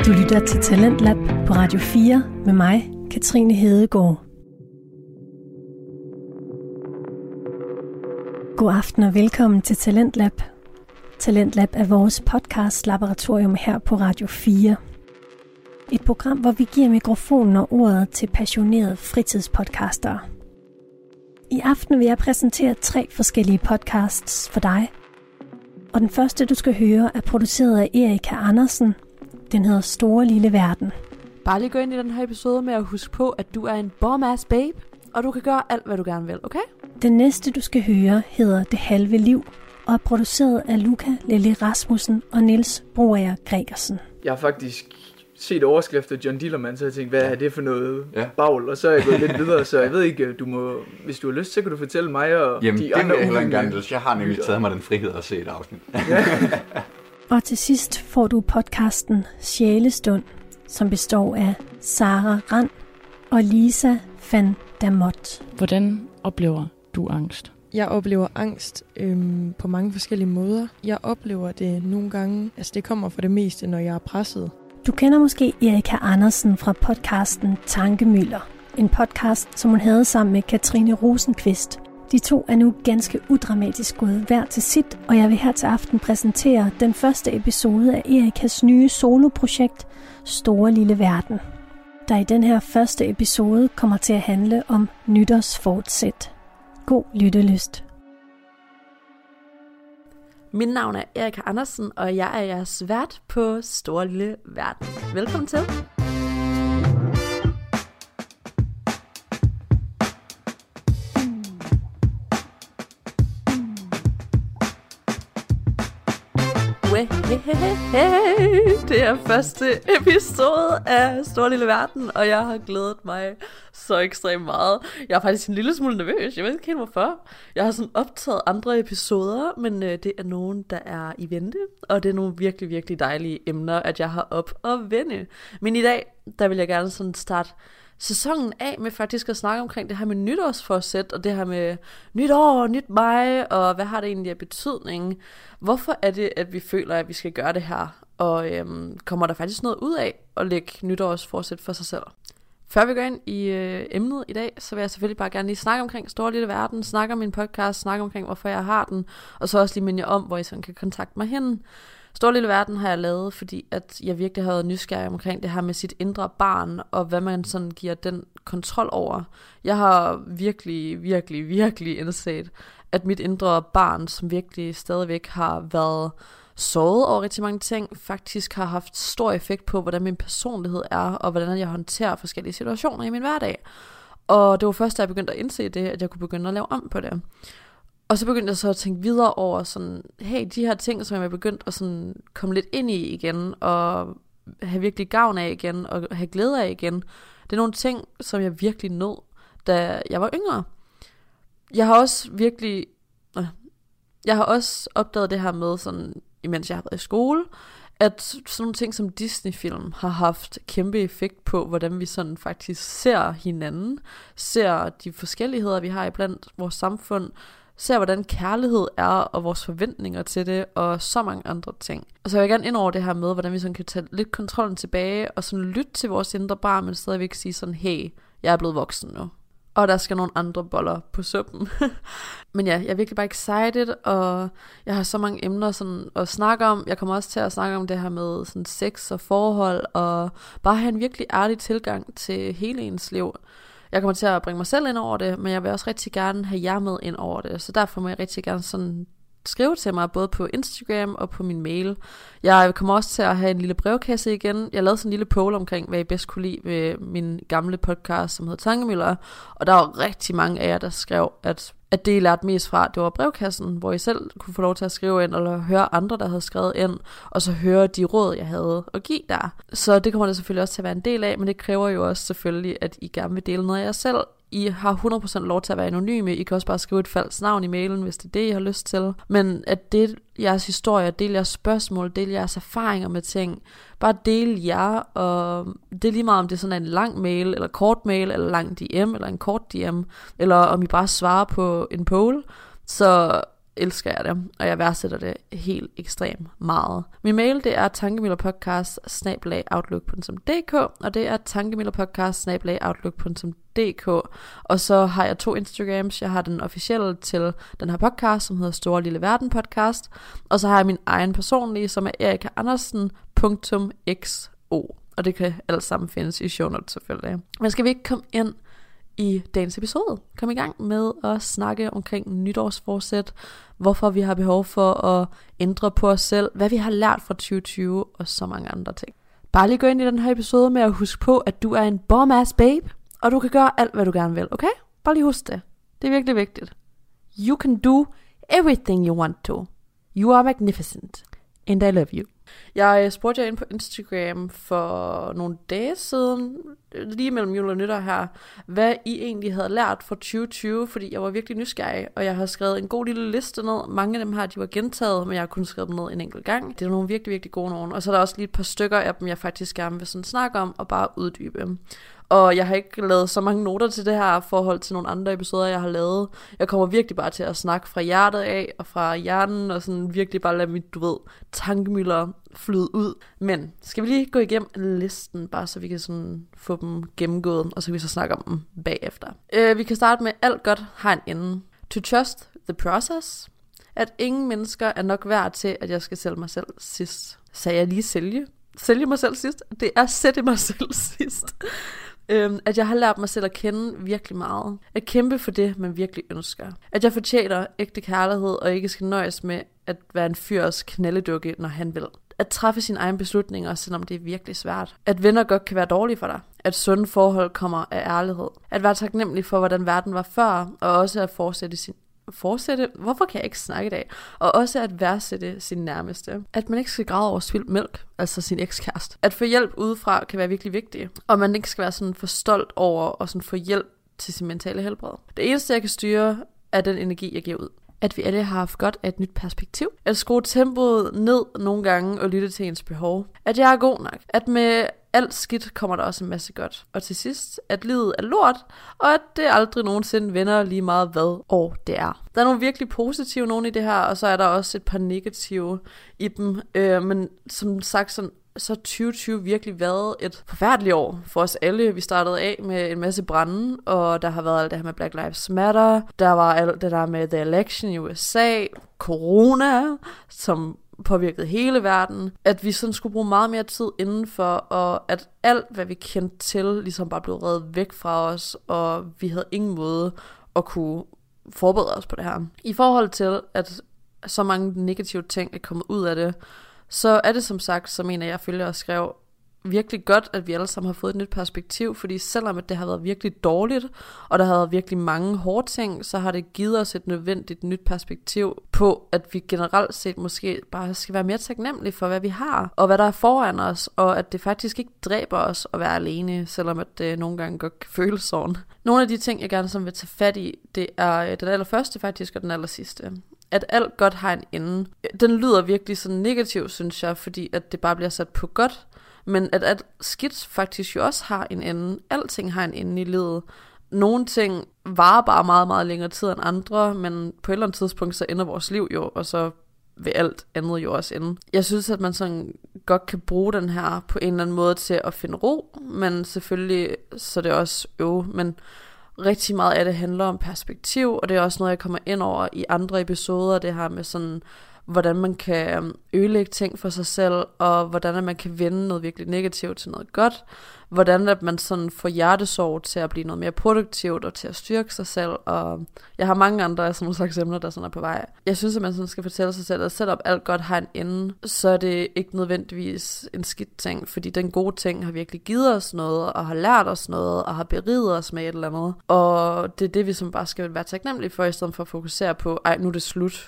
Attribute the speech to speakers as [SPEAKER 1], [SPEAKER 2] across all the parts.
[SPEAKER 1] Du lytter til Talentlab på Radio 4 med mig, Katrine Hedegaard. God aften og velkommen til Talentlab. Talentlab er vores podcast-laboratorium her på Radio 4. Et program, hvor vi giver mikrofonen og ordet til passionerede fritidspodcastere. I aften vil jeg præsentere 3 forskellige podcasts for dig. Og den første, du skal høre, er produceret af Erika Andersen. Den hedder Store Lille Verden.
[SPEAKER 2] Bare lige gå ind i den her episode med at huske på, at du er en bomb-ass babe, og du kan gøre alt, hvad du gerne vil, okay?
[SPEAKER 1] Den næste, du skal høre, hedder Det Halve Liv, og er produceret af Luca Lelli Rasmussen og Niels Broager Gregersen.
[SPEAKER 3] Jeg har faktisk set overskrifter John Dillermand, så jeg tænkte, hvad er det for noget bagl? Og så er jeg gået lidt videre, så jeg ved ikke, hvis du har lyst, så kan du fortælle mig og
[SPEAKER 4] jamen,
[SPEAKER 3] de andre
[SPEAKER 4] gerne. Jeg har nemlig taget mig den frihed at se et afsnit.
[SPEAKER 1] Og til sidst får du podcasten Sjælestund, som består af Sara Rand og Lisa van der Mott.
[SPEAKER 5] Hvordan oplever du angst?
[SPEAKER 6] Jeg oplever angst på mange forskellige måder. Jeg oplever det nogle gange, det kommer for det meste, når jeg er presset.
[SPEAKER 1] Du kender måske Erika Andersen fra podcasten Tankemøller. En podcast, som hun havde sammen med Katrine Rosenqvist. De to er nu ganske udramatisk gået hver til sit, og jeg vil her til aften præsentere den første episode af Erikas nye soloprojekt, Store Lille Verden. Der i den her første episode kommer til at handle om nytårsfortsæt. God lyttelyst.
[SPEAKER 2] Mit navn er Erika Andersen, og jeg er jeres vært på Store Lille Verden. Velkommen til. Det er første episode af Store Lille Verden, og jeg har glædet mig så ekstremt meget. Jeg er faktisk en lille smule nervøs, jeg ved ikke helt hvorfor. Jeg har sådan optaget andre episoder, men det er nogen, der er i vente, og det er nogle virkelig, virkelig dejlige emner, at jeg har op at vende. Men i dag, der vil jeg gerne sådan starte sæsonen af med faktisk at snakke omkring det her med nytårsforsæt, og det her med nyt år, nyt mig, og hvad har det egentlig af betydning? Hvorfor er det, at vi føler, at vi skal gøre det her? Og kommer der faktisk noget ud af at lægge nytårsforsæt for sig selv? Før vi går ind i emnet i dag, så vil jeg selvfølgelig bare gerne lige snakke omkring Store Lille Verden, snakke om min podcast, snakke omkring, hvorfor jeg har den, og så også lige minde jer om, hvor I sådan kan kontakte mig hen. Store Lille Verden har jeg lavet, fordi at jeg virkelig havde nysgerrig omkring det her med sit indre barn, og hvad man sådan giver den kontrol over. Jeg har virkelig indset, at mit indre barn, som virkelig stadigvæk har været såret over rigtig mange ting, faktisk har haft stor effekt på, hvordan min personlighed er, og hvordan jeg håndterer forskellige situationer i min hverdag. Og det var først, da jeg begyndte at indse det, at jeg kunne begynde at lave om på det. Og så begyndte jeg så at tænke videre over sådan, hey, de her ting, som jeg er begyndt at sådan komme lidt ind i igen, og have virkelig gavn af igen, og have glæde af igen, det er nogle ting, som jeg virkelig nød, da jeg var yngre. Jeg har også opdaget det her med, sådan, imens jeg har været i skole, at sådan nogle ting som Disney-film har haft kæmpe effekt på, hvordan vi sådan faktisk ser hinanden, ser de forskelligheder, vi har iblandt vores samfund, ser hvordan kærlighed er, og vores forventninger til det, og så mange andre ting. Og så vil jeg gerne ind over det her med, hvordan vi sådan kan tage lidt kontrollen tilbage, og sådan lytte til vores indre barn, men stadigvæk sige sådan, hey, jeg er blevet voksen nu. Og der skal nogle andre boller på suppen. Men ja, jeg er virkelig bare excited, og jeg har så mange emner sådan at snakke om. Jeg kommer også til at snakke om det her med sådan sex og forhold, og bare have en virkelig ærlig tilgang til hele ens liv. Jeg kommer til at bringe mig selv ind over det, men jeg vil også rigtig gerne have jer med ind over det. Så derfor må jeg rigtig gerne sådan skrive til mig, både på Instagram og på min mail. Jeg kommer også til at have en lille brevkasse igen. Jeg lavede sådan en lille poll omkring, hvad I bedst kunne lide ved min gamle podcast, som hedder Tankemøller. Og der var rigtig mange af jer, der skrev, at det I lærte mest fra, det var brevkassen, hvor I selv kunne få lov til at skrive ind, eller høre andre, der havde skrevet ind, og så høre de råd, jeg havde at give der. Så det kommer det selvfølgelig også til at være en del af, men det kræver jo også selvfølgelig, at I gerne vil dele noget af jer selv. I har 100% lov til at være anonyme. I kan også bare skrive et falsk navn i mailen, hvis det er det, I har lyst til. Men at dele jeres historier, dele jeres spørgsmål, dele jeres erfaringer med ting. Bare dele jer, og det er lige meget, om det er sådan en lang mail, eller kort mail, eller lang DM, eller en kort DM, eller om I bare svarer på en poll. Så elsker jeg det, og jeg værdsætter det helt ekstremt meget. Min mail, det er tankemøllerpodcast@outlook.dk, og det er tankemøllerpodcast@outlook.dk, og så har jeg 2 Instagrams. Jeg har den officielle til den her podcast, som hedder Store Lille Verden Podcast, og så har jeg min egen personlige, som er erikaandersen.xo, og det kan alt sammen findes i show notes selvfølgelig. Men skal vi ikke komme ind i dagens episode? Kom i gang med at snakke omkring nytårsforsæt, hvorfor vi har behov for at ændre på os selv, hvad vi har lært fra 2020 og så mange andre ting. Bare lige gå ind i den her episode med at huske på, at du er en bomb-ass babe, og du kan gøre alt, hvad du gerne vil, okay? Bare lige husk det. Det er virkelig vigtigt. You can do everything you want to. You are magnificent. And I love you. Jeg spurgte jer ind på Instagram for nogle dage siden, lige mellem jul og nytår her, hvad I egentlig havde lært fra 2020, fordi jeg var virkelig nysgerrig, og jeg har skrevet en god lille liste ned. Mange af dem her, de var gentaget, men jeg har kun skrevet dem ned en enkelt gang. Det er nogle virkelig, virkelig gode nogen. Og så er der også lige et par stykker af dem, jeg faktisk gerne vil sådan snakke om og bare uddybe. Og jeg har ikke lavet så mange noter til det her forhold til nogle andre episoder, jeg har lavet. Jeg kommer virkelig bare til at snakke fra hjertet af og fra hjernen, og sådan virkelig bare lade mit, tankemøller flyde ud. Men skal vi lige gå igennem listen, bare så vi kan sådan få dem gennemgået, og så kan vi så snakke om dem bagefter. Vi kan starte med, alt godt har en ende. To trust the process. At ingen mennesker er nok værd til, at jeg skal sælge mig selv sidst. Sagde jeg lige sælge mig selv sidst? Det er sætte mig selv sidst. At jeg har lært mig selv at kende virkelig meget. At kæmpe for det, man virkelig ønsker. At jeg fortjener ægte kærlighed, og ikke skal nøjes med at være en fyrs knalledukke, når han vil. At træffe sine egne beslutninger, selvom det er virkelig svært. At venner godt kan være dårlige for dig. At sunde forhold kommer af ærlighed. At være taknemmelig for, hvordan verden var før, og også at hvorfor kan jeg ikke snakke i dag? Og også at værdsætte sin nærmeste. At man ikke skal græde over spildt mælk, altså sin ekskæreste. At få hjælp udefra kan være virkelig vigtigt. Og man ikke skal være sådan for stolt over at sådan få hjælp til sin mentale helbred. Det eneste, jeg kan styre, er den energi, jeg giver ud. At vi alle har haft godt af et nyt perspektiv. At skrue tempoet ned nogle gange og lytte til ens behov. At jeg er god nok. At med alt skidt kommer der også en masse godt. Og til sidst, at livet er lort, og at det aldrig nogensinde vender lige meget hvad år det er. Der er nogle virkelig positive nogen i det her, og så er der også et par negative i dem. Men som sagt, så 2020 virkelig været et forfærdeligt år for os alle. Vi startede af med en masse brande, og der har været alt det her med Black Lives Matter. Der var alt det der med the election i USA, corona, som påvirkede hele verden. At vi sådan skulle bruge meget mere tid indenfor, og at alt, hvad vi kendte til, ligesom bare blev revet væk fra os, og vi havde ingen måde at kunne forberede os på det her. I forhold til, at så mange negative ting er kommet ud af det, så er det som sagt, så mener jeg følger og skrev, virkelig godt, at vi alle sammen har fået et nyt perspektiv, fordi selvom at det har været virkelig dårligt, og der har været virkelig mange hårde ting, så har det givet os et nødvendigt nyt perspektiv på, at vi generelt set måske bare skal være mere taknemmelige for, hvad vi har, og hvad der er foran os, og at det faktisk ikke dræber os at være alene, selvom at det nogle gange godt kan føles sådan. Nogle af de ting, jeg gerne vil tage fat i, det er den allerførste faktisk, og den allersidste. At alt godt har en ende. Den lyder virkelig sådan negativ, synes jeg, fordi at det bare bliver sat på godt, men at alt skidt faktisk jo også har en ende. Alting har en ende i livet. Nogle ting varer bare meget, meget længere tid end andre, men på et eller andet tidspunkt, så ender vores liv jo, og så vil alt andet jo også ende. Jeg synes, at man sådan godt kan bruge den her på en eller anden måde til at finde ro, men selvfølgelig så det også men rigtig meget af det handler om perspektiv, og det er også noget, jeg kommer ind over i andre episoder, det her med sådan, hvordan man kan ødelægge ting for sig selv, og hvordan man kan vende noget virkelig negativt til noget godt, hvordan at man sådan får hjertesorg til at blive noget mere produktivt, og til at styrke sig selv, og jeg har mange andre af sådan nogle slags emner, der sådan er på vej. Jeg synes, at man sådan skal fortælle sig selv, at selvom alt godt har en ende, så er det ikke nødvendigvis en skidt ting, fordi den gode ting har virkelig givet os noget, og har lært os noget, og har beriget os med et eller andet, og det er det, vi som bare skal være taknemmelige for, i stedet for at fokusere på, nu er det slut.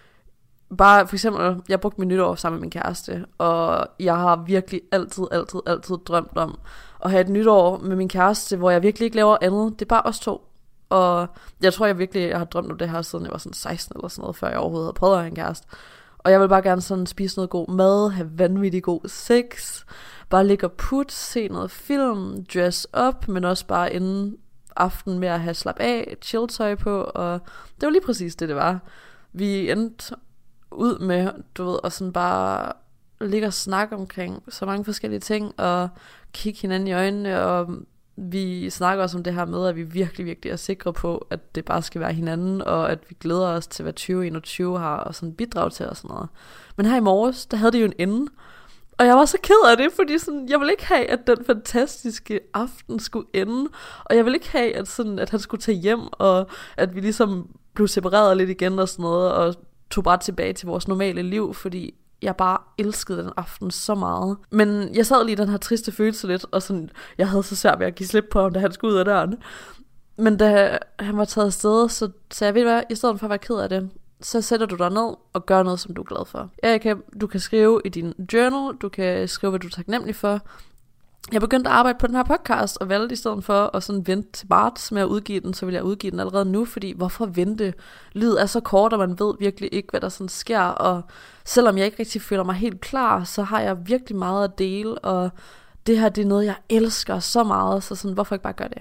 [SPEAKER 2] Bare for eksempel, jeg brugte min nytår sammen med min kæreste, og jeg har virkelig altid drømt om at have et nytår med min kæreste, hvor jeg virkelig ikke laver andet. Det er bare os to. Og jeg tror jeg har drømt om det her, siden jeg var sådan 16 eller sådan noget, før jeg overhovedet havde prøvet at have en kæreste. Og jeg vil bare gerne sådan spise noget god mad, have vanvittig god sex, bare ligge og putte, se noget film, dress up, men også bare inden aften med at have slap af, chill tøj på, og det var lige præcis det var. Vi endte ud med, du ved, at sådan bare ligge og snakke omkring så mange forskellige ting, og kigge hinanden i øjnene, og vi snakker også om det her med, at vi virkelig, virkelig er sikre på, at det bare skal være hinanden, og at vi glæder os til, hvad 2021 har, og sådan bidrag til og sådan noget. Men her i morges, der havde det jo en ende, og jeg var så ked af det, fordi sådan, jeg ville ikke have, at den fantastiske aften skulle ende, og jeg ville ikke have, at han skulle tage hjem, og at vi ligesom blev separeret lidt igen og sådan noget, og tog bare tilbage til vores normale liv, fordi jeg bare elskede den aften så meget. Men jeg sad lige den her triste følelse lidt, og sådan, jeg havde så svært ved at give slip på ham, da han skulle ud af døren. Men da han var taget afsted, så sagde jeg, ved du hvad, i stedet for at være ked af det, så sætter du dig ned og gør noget, som du er glad for. Du kan skrive i din journal, du kan skrive, hvad du er taknemmelig for. Jeg begyndte at arbejde på den her podcast, og valgte i stedet for at sådan vente til marts med at udgive den, så vil jeg udgive den allerede nu, fordi hvorfor vente? Livet er så kort, og man ved virkelig ikke, hvad der sådan sker, og selvom jeg ikke rigtig føler mig helt klar, så har jeg virkelig meget at dele, og det her, det er noget, jeg elsker så meget, så sådan, hvorfor ikke bare gøre det?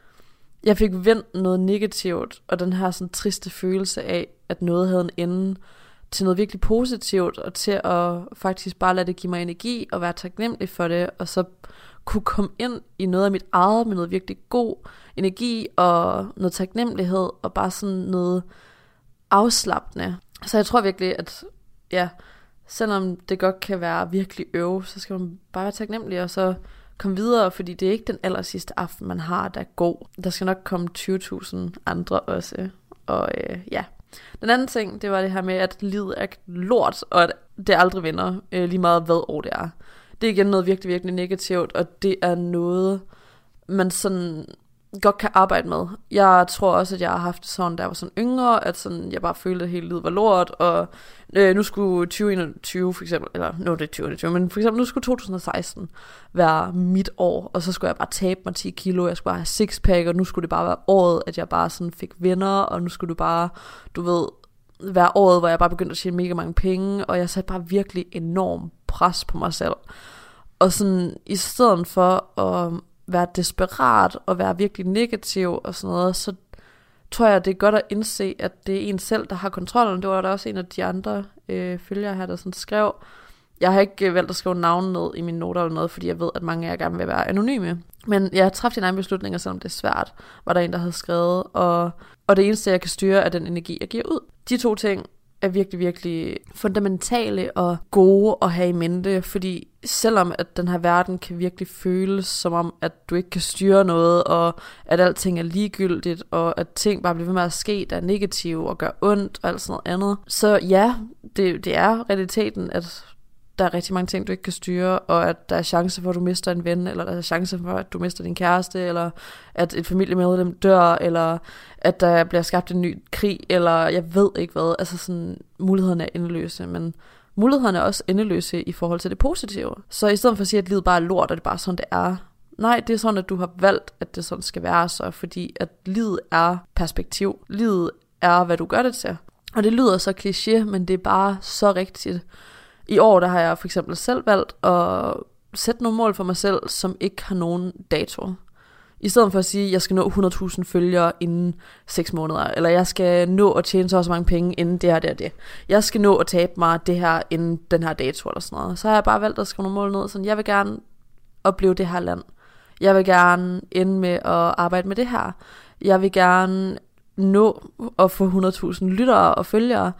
[SPEAKER 2] Jeg fik vendt noget negativt, og den her sådan triste følelse af, at noget havde en ende, til noget virkelig positivt, og til at faktisk bare lade det give mig energi, og være taknemmelig for det, og så kunne komme ind i noget af mit eget, med noget virkelig god energi, og noget taknemmelighed, og bare sådan noget afslappende. Så jeg tror virkelig, at ja, selvom det godt kan være virkelig så skal man bare være taknemmelig, og så komme videre, fordi det er ikke den aller sidste aften, man har, der er god. Der skal nok komme 20.000 andre også, og ja. Den anden ting, det var det her med, at livet er lort, og at det aldrig vinder, lige meget hvad år det er. Det er igen noget virkelig, virkelig negativt, og det er noget, man sådan godt kan arbejde med. Jeg tror også, at jeg har haft det sådan, da jeg var sådan yngre, at sådan, jeg bare følte, at hele livet var lort, og nu skulle 2021 for eksempel, eller det er 2021, men for eksempel nu skulle 2016 være mit år, og så skulle jeg bare tabe mig 10 kilo, jeg skulle bare have sixpack, og nu skulle det bare være året, at jeg bare sådan fik venner, og nu skulle det bare, du ved, være året, hvor jeg bare begyndte at tjene mega mange penge, og jeg satte bare virkelig enorm pres på mig selv. Og sådan, i stedet for at være desperat og være virkelig negativ og sådan noget, så tror jeg, det er godt at indse, at det er en selv, der har kontrollen. Det var der også en af de andre følgere her, der sådan skrev. Jeg har ikke valgt at skrive navn ned i mine noter eller noget, fordi jeg ved, at mange af jer gerne vil være anonyme. Men jeg træffede dine egne beslutninger, selvom det er svært, var der en, der havde skrevet. Og det eneste, jeg kan styre, er den energi, jeg giver ud. De to ting er virkelig, virkelig fundamentale og gode at have i mente, fordi selvom at den her verden kan virkelig føles som om, at du ikke kan styre noget, og at alting er ligegyldigt, og at ting bare bliver ved med at ske, der er negative og gør ondt og alt sådan noget andet, så ja, det er realiteten, at der er rigtig mange ting, du ikke kan styre, og at der er chance for, at du mister en ven, eller der er chance for, at du mister din kæreste, eller at et familiemedlem dør, eller at der bliver skabt en ny krig, eller jeg ved ikke hvad. Altså sådan, mulighederne er endeløse, men mulighederne er også endeløse i forhold til det positive. Så i stedet for at sige, at livet bare er lort, og det er bare sådan, det er. Nej, det er sådan, at du har valgt, at det sådan skal være så, fordi at livet er perspektiv. Livet er, hvad du gør det til. Og det lyder så kliché, men det er bare så rigtigt. I år, der har jeg for eksempel selv valgt at sætte nogle mål for mig selv, som ikke har nogen dato. I stedet for at sige, at jeg skal nå 100.000 følgere inden 6 måneder, eller jeg skal nå at tjene så mange penge inden det her, det. Jeg skal nå at tabe mig det her inden den her dato, eller sådan noget. Så har jeg bare valgt at skrive nogle mål ned, sådan jeg vil gerne opleve det her land. Jeg vil gerne ende med at arbejde med det her. Jeg vil gerne nå at få 100.000 lyttere og følgere,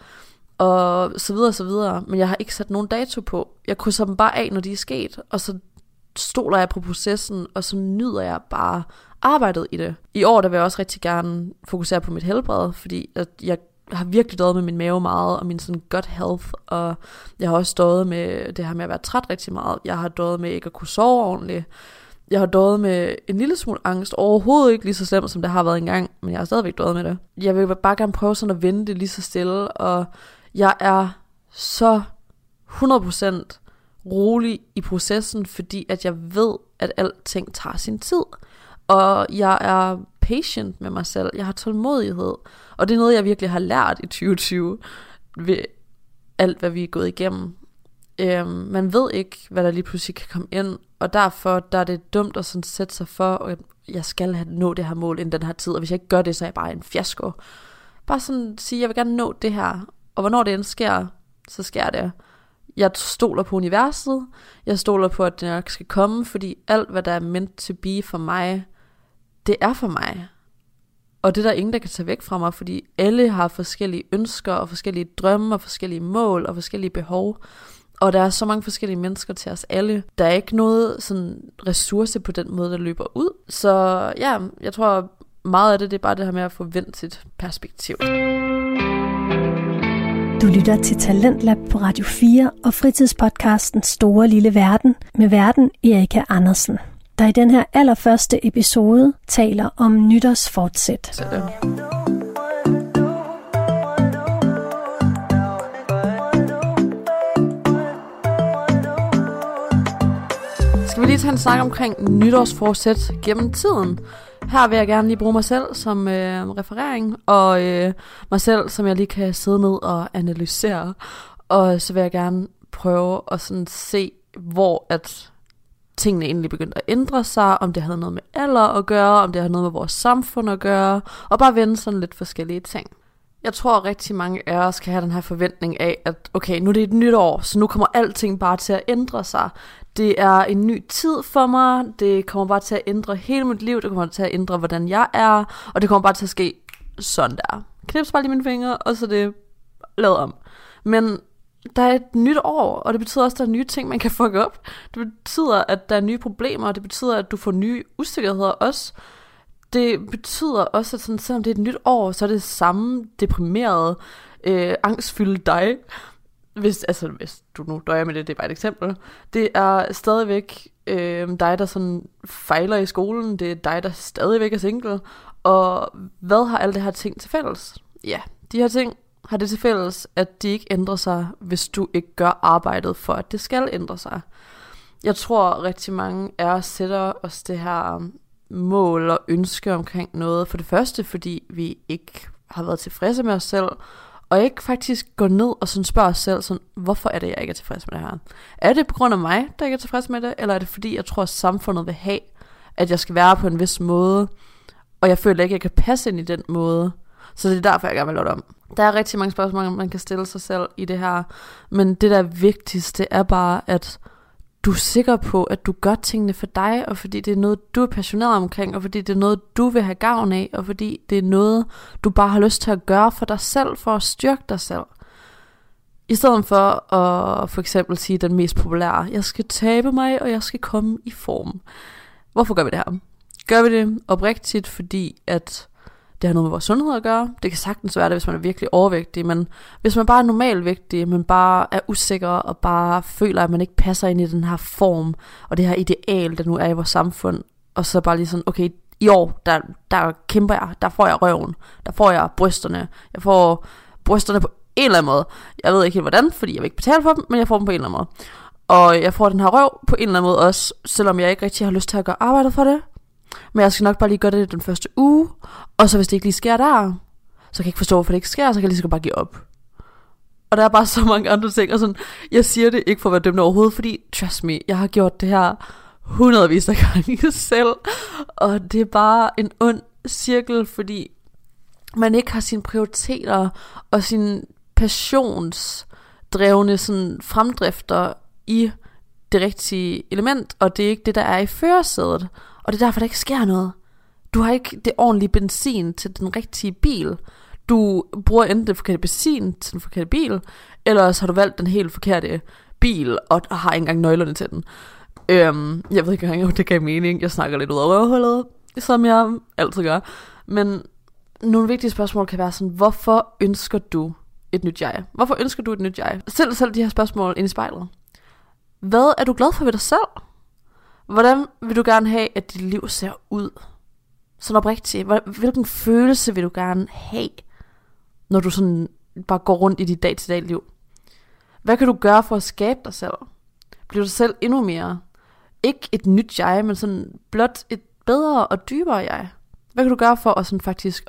[SPEAKER 2] og så videre, så videre. Men jeg har ikke sat nogen dato på. Jeg krydser dem bare af, når de er sket, og så stoler jeg på processen, og så nyder jeg bare arbejdet i det. I år, der vil jeg også rigtig gerne fokusere på mit helbred, fordi at jeg har virkelig døjet med min mave meget, og min sådan gut health, og jeg har også døjet med det her med at være træt rigtig meget. Jeg har døjet med ikke at kunne sove ordentligt. Jeg har døjet med en lille smule angst, overhovedet ikke lige så slemt, som det har været engang, men jeg har stadigvæk døjet med det. Jeg vil bare gerne prøve sådan at vende det lige så stille, og jeg er så 100% rolig i processen, fordi at jeg ved, at alting tager sin tid. Og jeg er patient med mig selv. Jeg har tålmodighed. Og det er noget, jeg virkelig har lært i 2020 ved alt, hvad vi er gået igennem. Man ved ikke, hvad der lige pludselig kan komme ind. Og derfor der er det dumt at sådan sætte sig for, at jeg skal nå det her mål inden den her tid. Og hvis jeg ikke gør det, så er jeg bare en fiasko. Bare sådan sige, jeg vil gerne nå det her. Og hvornår det end sker, så sker det. Jeg stoler på universet. Jeg stoler på, at det nok skal komme, fordi alt, hvad der er meant to be for mig, det er for mig. Og det er der ingen, der kan tage væk fra mig, fordi alle har forskellige ønsker, og forskellige drømme, og forskellige mål, og forskellige behov. Og der er så mange forskellige mennesker til os alle. Der er ikke noget sådan ressource på den måde, der løber ud. Så ja, jeg tror meget af det er bare det her med at få vendt sit perspektiv.
[SPEAKER 1] Du lytter til Talentlab på Radio 4 og fritidspodcasten Store Lille Verden med værten Erika Andersen, der i den her allerførste episode taler om nytårsfortsæt.
[SPEAKER 2] Skal vi lige tage en snak omkring nytårsforsæt gennem tiden? Her vil jeg gerne lige bruge mig selv som referering, og mig selv, som jeg lige kan sidde ned og analysere. Og så vil jeg gerne prøve at sådan se, hvor at tingene egentlig begyndte at ændre sig, om det havde noget med alder at gøre, om det havde noget med vores samfund at gøre, og bare vende sådan lidt forskellige ting. Jeg tror, at rigtig mange af os kan have den her forventning af, at okay, nu er det et nyt år, så nu kommer alting bare til at ændre sig. Det er en ny tid for mig, det kommer bare til at ændre hele mit liv, det kommer til at ændre, hvordan jeg er, og det kommer bare til at ske sådan der. Knips bare lige mine fingre, og så det lavet om. Men der er et nyt år, og det betyder også, at der er nye ting, man kan fuck op. Det betyder, at der er nye problemer, og det betyder, at du får nye usikkerheder også. Det betyder også, at sådan, selvom det er et nyt år, så er det samme deprimerede, angstfyldte dig. Hvis du nu døjer med det, det er bare et eksempel. Det er stadigvæk dig, der sådan fejler i skolen. Det er dig, der stadigvæk er single. Og hvad har alle det her ting til fælles? Ja, de her ting har det til fælles, at de ikke ændrer sig, hvis du ikke gør arbejdet for, at det skal ændre sig. Jeg tror, rigtig mange af os sætter os det her mål og ønske omkring noget. For det første, fordi vi ikke har været tilfredse med os selv, og ikke faktisk går ned og sådan spørger os selv, sådan, hvorfor er det, jeg ikke er tilfreds med det her? Er det på grund af mig, der ikke er tilfreds med det? Eller er det fordi, jeg tror, at samfundet vil have, at jeg skal være på en vis måde, og jeg føler ikke, at jeg kan passe ind i den måde? Så det er derfor, jeg gerne vil lave det om. Der er rigtig mange spørgsmål, man kan stille sig selv i det her. Men det, der er vigtigst, det er bare, at du er sikker på, at du gør tingene for dig, og fordi det er noget, du er passioneret omkring, og fordi det er noget, du vil have gavn af, og fordi det er noget, du bare har lyst til at gøre for dig selv, for at styrke dig selv. I stedet for at for eksempel sige den mest populære, jeg skal tabe mig, og jeg skal komme i form. Hvorfor gør vi det her? Gør vi det oprigtigt, fordi at det har noget med vores sundhed at gøre? Det kan sagtens være det, hvis man er virkelig overvægtig, men hvis man bare er normalvægtig, men bare er usikker og bare føler, at man ikke passer ind i den her form, og det her ideal, der nu er i vores samfund, og så bare lige sådan, okay, i år, der kæmper jeg, der får jeg røven, der får jeg brysterne, jeg får brysterne på en eller anden måde. Jeg ved ikke helt hvordan, fordi jeg vil ikke betale for dem, men jeg får dem på en eller anden måde. Og jeg får den her røv på en eller anden måde også, selvom jeg ikke rigtig har lyst til at gøre arbejdet for det. Men jeg skal nok bare lige gøre det den første uge. Og så hvis det ikke lige sker der, så kan jeg ikke forstå, hvorfor det ikke sker. Så kan jeg lige så bare give op. Og der er bare så mange andre ting. Og sådan, jeg siger det ikke for at være dømmende overhovedet, fordi trust me, jeg har gjort det her hundredvis af gange selv. Og det er bare en ond cirkel, fordi man ikke har sine prioriteter og sine passionsdrevne sådan fremdrifter i det rigtige element. Og det er ikke det, der er i førersædet. Og det er derfor, der ikke sker noget. Du har ikke det ordentlige benzin til den rigtige bil. Du bruger enten den forkerte benzin til den forkerte bil, eller så har du valgt den helt forkerte bil, og har ikke engang nøglerne til den. Jeg ved ikke engang, om det gav mening. Jeg snakker lidt ud af røvhullet, som jeg altid gør. Men nogle vigtige spørgsmål kan være sådan, hvorfor ønsker du et nyt jeg? Hvorfor ønsker du et nyt jeg? Stil selv de her spørgsmål ind i spejlet. Hvad er du glad for ved dig selv? Hvordan vil du gerne have, at dit liv ser ud? Sådan oprigtigt. Hvilken følelse vil du gerne have, når du sådan bare går rundt i dit dag-til-dag liv? Hvad kan du gøre for at skabe dig selv? Bliver du selv endnu mere? Ikke et nyt jeg, men sådan blot et bedre og dybere jeg. Hvad kan du gøre for at sådan faktisk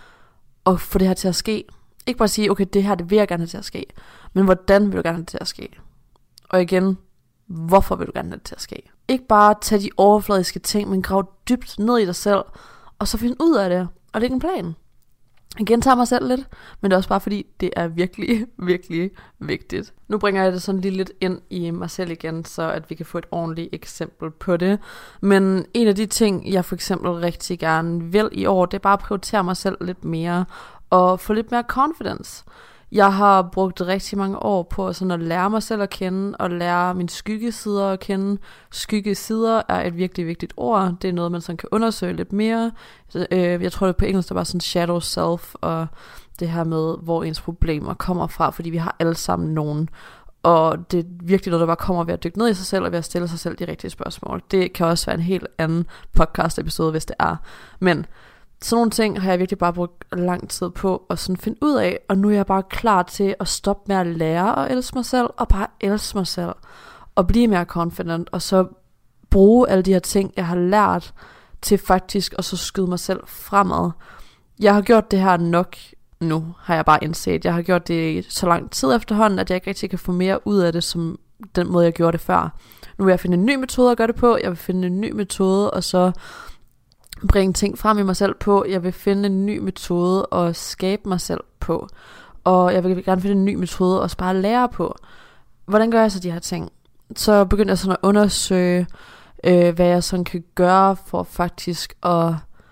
[SPEAKER 2] at få det her til at ske? Ikke bare sige, okay, det her det vil jeg gerne have til at ske. Men hvordan vil du gerne have det til at ske? Og igen, hvorfor vil du gerne have det til at ske? Ikke bare tage de overfladiske ting, men grav dybt ned i dig selv, og så finde ud af det, og lægge en plan. Jeg gentager mig selv lidt, men det er også bare fordi, det er virkelig, virkelig vigtigt. Nu bringer jeg det sådan lige lidt ind i mig selv igen, så at vi kan få et ordentligt eksempel på det. Men en af de ting, jeg for eksempel rigtig gerne vil i år, det er bare at prioritere mig selv lidt mere og få lidt mere confidence. Jeg har brugt rigtig mange år på sådan at lære mig selv at kende og lære mine skyggesider at kende. Skyggesider er et virkelig vigtigt ord. Det er noget, man sådan kan undersøge lidt mere. Jeg tror, det på engelsk der var sådan shadow self og det her med, hvor ens problemer kommer fra, fordi vi har alle sammen nogen. Og det er virkelig noget, der bare kommer ved at dykke ned i sig selv og ved at stille sig selv de rigtige spørgsmål. Det kan også være en helt anden podcast episode, hvis det er. Men sådan nogle ting har jeg virkelig bare brugt lang tid på at sådan finde ud af, og nu er jeg bare klar til at stoppe med at lære at elske mig selv, og bare elske mig selv, og blive mere confident, og så bruge alle de her ting, jeg har lært, til faktisk at så skyde mig selv fremad. Jeg har gjort det her nok nu, har jeg bare indset. Jeg har gjort det så lang tid efterhånden, at jeg ikke rigtig kan få mere ud af det, som den måde, jeg gjorde det før. Nu vil jeg finde en ny metode at gøre det på, jeg vil finde en ny metode, og så bringe ting frem i mig selv på. Jeg vil finde en ny metode at skabe mig selv på. Og jeg vil gerne finde en ny metode at bare lære på. Hvordan gør jeg så de her ting? Så begynder jeg sådan at undersøge, hvad jeg sådan kan gøre for faktisk at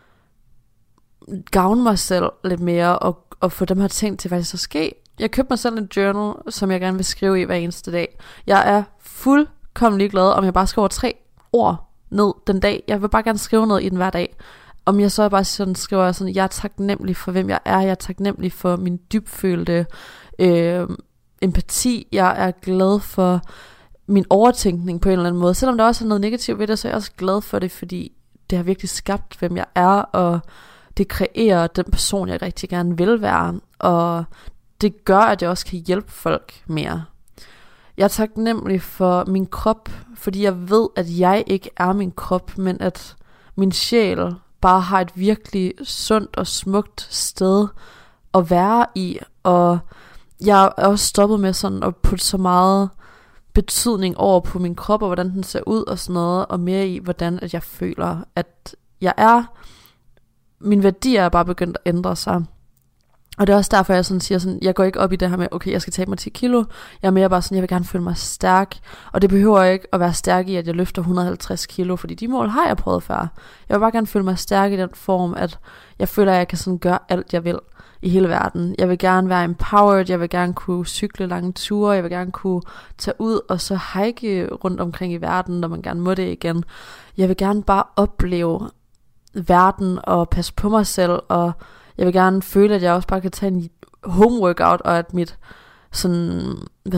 [SPEAKER 2] gavne mig selv lidt mere og få dem her ting til faktisk at ske. Jeg købte mig selv en journal, som jeg gerne vil skrive i hver eneste dag. Jeg er fuldkommen ligeglad, om jeg bare skriver 3 ord ned den dag. Jeg vil bare gerne skrive noget i den hver dag. Om jeg så bare sådan skriver sådan, jeg er taknemmelig for hvem jeg er, jeg er taknemmelig for min dybfølte empati, jeg er glad for min overtænkning på en eller anden måde. Selvom der også er noget negativt ved det, så er jeg også glad for det, fordi det har virkelig skabt hvem jeg er, og det kreerer den person jeg rigtig gerne vil være, og det gør at jeg også kan hjælpe folk mere. Jeg er taknemmelig for min krop, fordi jeg ved, at jeg ikke er min krop, men at min sjæl bare har et virkelig sundt og smukt sted at være i. Og jeg er også stoppet med sådan at putte så meget betydning over på min krop, og hvordan den ser ud og sådan noget, og mere i, hvordan at jeg føler, at jeg er. Mine værdier er bare begyndt at ændre sig. Og det er også derfor, jeg sådan siger sådan, jeg går ikke op i det her med, okay, jeg skal tabe mig 10 kilo. Jeg er mere bare sådan, jeg vil gerne føle mig stærk. Og det behøver ikke at være stærk i, at jeg løfter 150 kilo, fordi de mål har jeg prøvet før. Jeg vil bare gerne føle mig stærk i den form, at jeg føler, at jeg kan sådan gøre alt, jeg vil i hele verden. Jeg vil gerne være empowered, jeg vil gerne kunne cykle lange ture, jeg vil gerne kunne tage ud og så hike rundt omkring i verden, når man gerne må det igen. Jeg vil gerne bare opleve verden og passe på mig selv, og jeg vil gerne føle, at jeg også bare kan tage en home workout, og at mit sådan,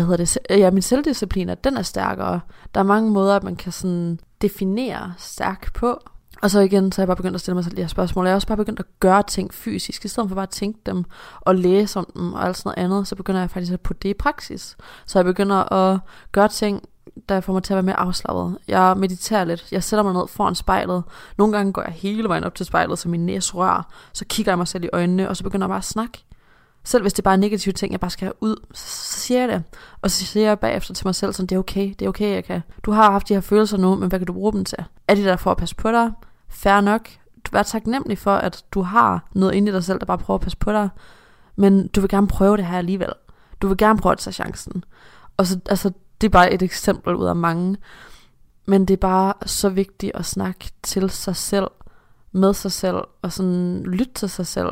[SPEAKER 2] min selvdisciplin, at den er stærkere. Der er mange måder, at man kan sådan definere stærk på. Og så igen, så er jeg bare begyndt at stille mig selv de her spørgsmål. Jeg er også bare begyndt at gøre ting fysisk, i stedet for bare at tænke dem og læse om dem og alt sådan noget andet. Så begynder jeg faktisk at putte det i praksis. Så jeg begynder at gøre ting, der får mig til at være mere afslappet. Jeg mediterer lidt. Jeg sætter mig ned foran spejlet. Nogle gange går jeg hele vejen op til spejlet, så min næse rører. Så kigger jeg mig selv i øjnene, og så begynder jeg bare at snakke. Selv hvis det bare er negative ting, jeg bare skal have ud, så siger jeg det. Og så siger jeg bagefter til mig selv, sådan, det er okay, jeg kan. Du har haft de her følelser nu, men hvad kan du bruge dem til? Er det der for at passe på dig? Fair nok. Du er taknemmelig for, at du har noget inde i dig selv, der bare prøver at passe på dig. Men du vil gerne prøve det her alligevel. Du vil gerne prøve at tage chancen. Og så, altså, det er bare et eksempel ud af mange. Men det er bare så vigtigt at snakke til sig selv, med sig selv, og sådan lytte til sig selv,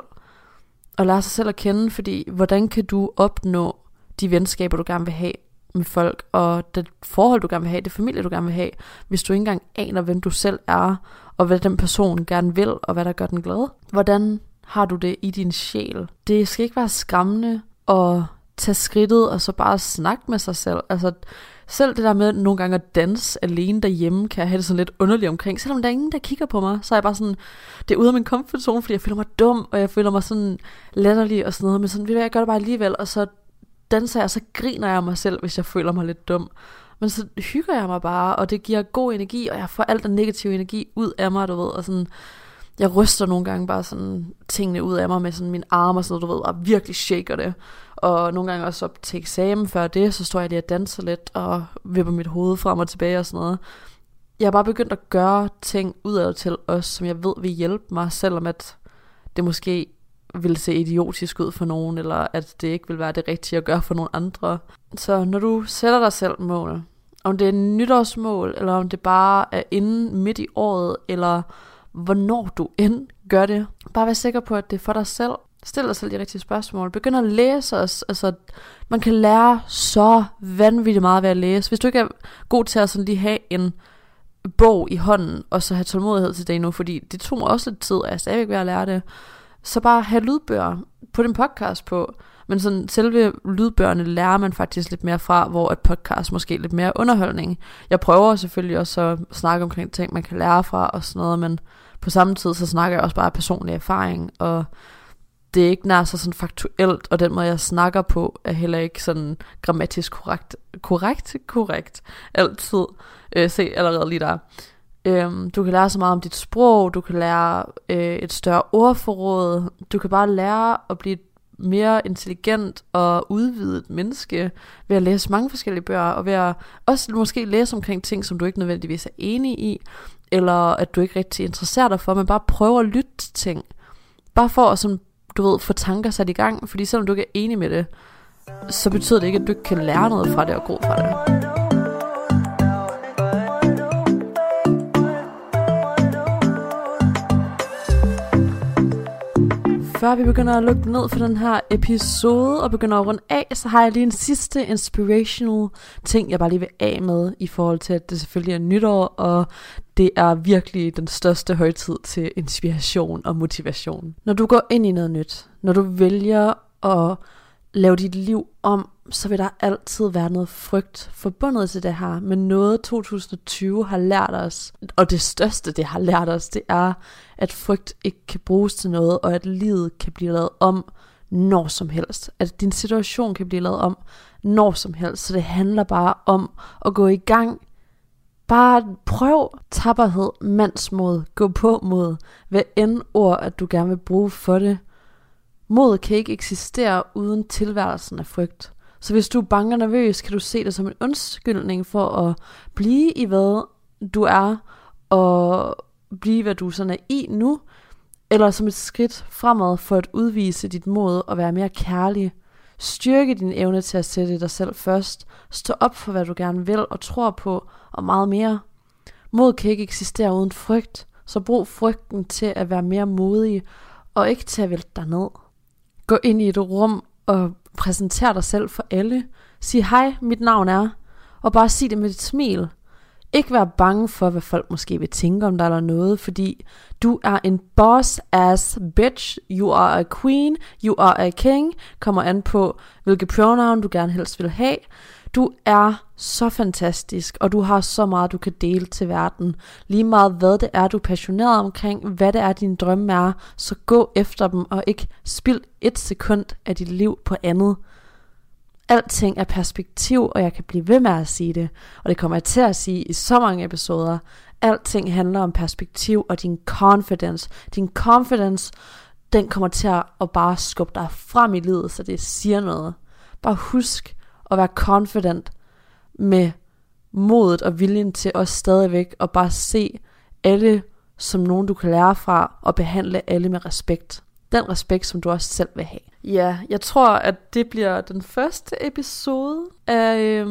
[SPEAKER 2] og lære sig selv at kende, fordi hvordan kan du opnå de venskaber, du gerne vil have med folk, og det forhold, du gerne vil have, det familie, du gerne vil have, hvis du ikke engang aner, hvem du selv er, og hvad den person gerne vil, og hvad der gør den glad. Hvordan har du det i din sjæl? Det skal ikke være skræmmende at tage skridtet, og så bare snakke med sig selv. Altså, selv det der med nogle gange at danse alene derhjemme, kan jeg have det sådan lidt underligt omkring. Selvom der er ingen, der kigger på mig, så er jeg bare sådan, det er ude af min comfort zone, fordi jeg føler mig dum, og jeg føler mig sådan latterlig og sådan noget. Men sådan, jeg gør det bare alligevel, og så danser jeg, og så griner jeg mig selv, hvis jeg føler mig lidt dum. Men så hygger jeg mig bare, og det giver god energi, og jeg får al den negative energi ud af mig, du ved, og sådan, jeg ryster nogle gange bare sådan tingene ud af mig med sådan mine arme og sådan noget, du ved, og virkelig shaker det. Og nogle gange også op til eksamen før det, så står jeg lige og danser lidt og vipper mit hoved frem og tilbage og sådan noget. Jeg har bare begyndt at gøre ting udad til os, som jeg ved vil hjælpe mig, selvom at det måske vil se idiotisk ud for nogen, eller at det ikke vil være det rigtige at gøre for nogen andre. Så når du sætter dig selv mål, om det er et nytårsmål, eller om det bare er inden midt i året, eller hvornår du end gør det, bare vær sikker på, at det er for dig selv. Stil dig selv de rigtige spørgsmål. Begynd at læse os. Altså, man kan lære så vanvittigt meget ved at læse. Hvis du ikke er god til at sådan lige have en bog i hånden, og så have tålmodighed til det nu, fordi det tog mig også lidt tid, og jeg er stadigvæk ved at lære det, så bare have lydbøger på din podcast på. Men sådan selve lydbøgerne lærer man faktisk lidt mere fra, hvor et podcast måske lidt mere underholdning. Jeg prøver selvfølgelig også at snakke omkring ting, man kan lære fra og sådan noget, men på samme tid, så snakker jeg også bare personlig erfaring, og det er ikke nær så sådan faktuelt, og den måde, jeg snakker på, er heller ikke sådan grammatisk korrekt, altid. Se allerede lige der. Du kan lære så meget om dit sprog, du kan lære et større ordforråd, du kan bare lære at blive mere intelligent og udvidet menneske ved at læse mange forskellige bøger, og ved at også måske læse omkring ting, som du ikke nødvendigvis er enig i, eller at du ikke rigtig interesserer dig for, men bare prøve at lytte til ting. Bare for at sådan, du ved, få tanker sat i gang, fordi selvom du ikke er enig med det, så betyder det ikke, at du ikke kan lære noget fra det og gro fra det. Før vi begynder at lukke ned for den her episode og begynder at runde af, så har jeg lige en sidste inspirational ting, jeg bare lige vil af med, i forhold til, at det selvfølgelig er nytår, og det er virkelig den største højtid til inspiration og motivation. Når du går ind i noget nyt, når du vælger at lave dit liv om, så vil der altid være noget frygt forbundet til det her. Men noget 2020 har lært os, og det største det har lært os, det er, at frygt ikke kan bruges til noget, og at livet kan blive lavet om når som helst. At din situation kan blive lavet om når som helst. Så det handler bare om at gå i gang. Bare prøv tapperhed, mandsmod, gå på mod, hvad end ord, at du gerne vil bruge for det. Mod kan ikke eksistere uden tilværelsen af frygt. Så hvis du er bange og nervøs, kan du se det som en undskyldning for at blive i hvad du er, og blive hvad du sådan er i nu, eller som et skridt fremad for at udvise dit mod og være mere kærlig. Styrke din evne til at sætte dig selv først, stå op for hvad du gerne vil og tror på, og meget mere. Mod kan ikke eksistere uden frygt, så brug frygten til at være mere modig, og ikke til at vælte dig ned. Gå ind i et rum og præsentere dig selv for alle. Sig hej, mit navn er, og bare sig det med et smil. Ikke være bange for, hvad folk måske vil tænke om dig eller noget, fordi du er en boss-ass bitch. You are a queen, you are a king. Kommer an på, hvilke pronoun du gerne helst vil have. Du er så fantastisk, og du har så meget, du kan dele til verden. Lige meget hvad det er, du er passioneret omkring, hvad det er, din drømme er, så gå efter dem, og ikke spild et sekund af dit liv på andet. Alting er perspektiv, og jeg kan blive ved med at sige det, og det kommer jeg til at sige i så mange episoder. Alting handler om perspektiv og din confidence. Din confidence, den kommer til at bare skubbe dig frem i livet, så det siger noget. Bare husk at være confident med modet og viljen til også stadigvæk at bare se alle som nogen, du kan lære fra, og behandle alle med respekt. Den respekt, som du også selv vil have. Ja, jeg tror, at det bliver den første episode af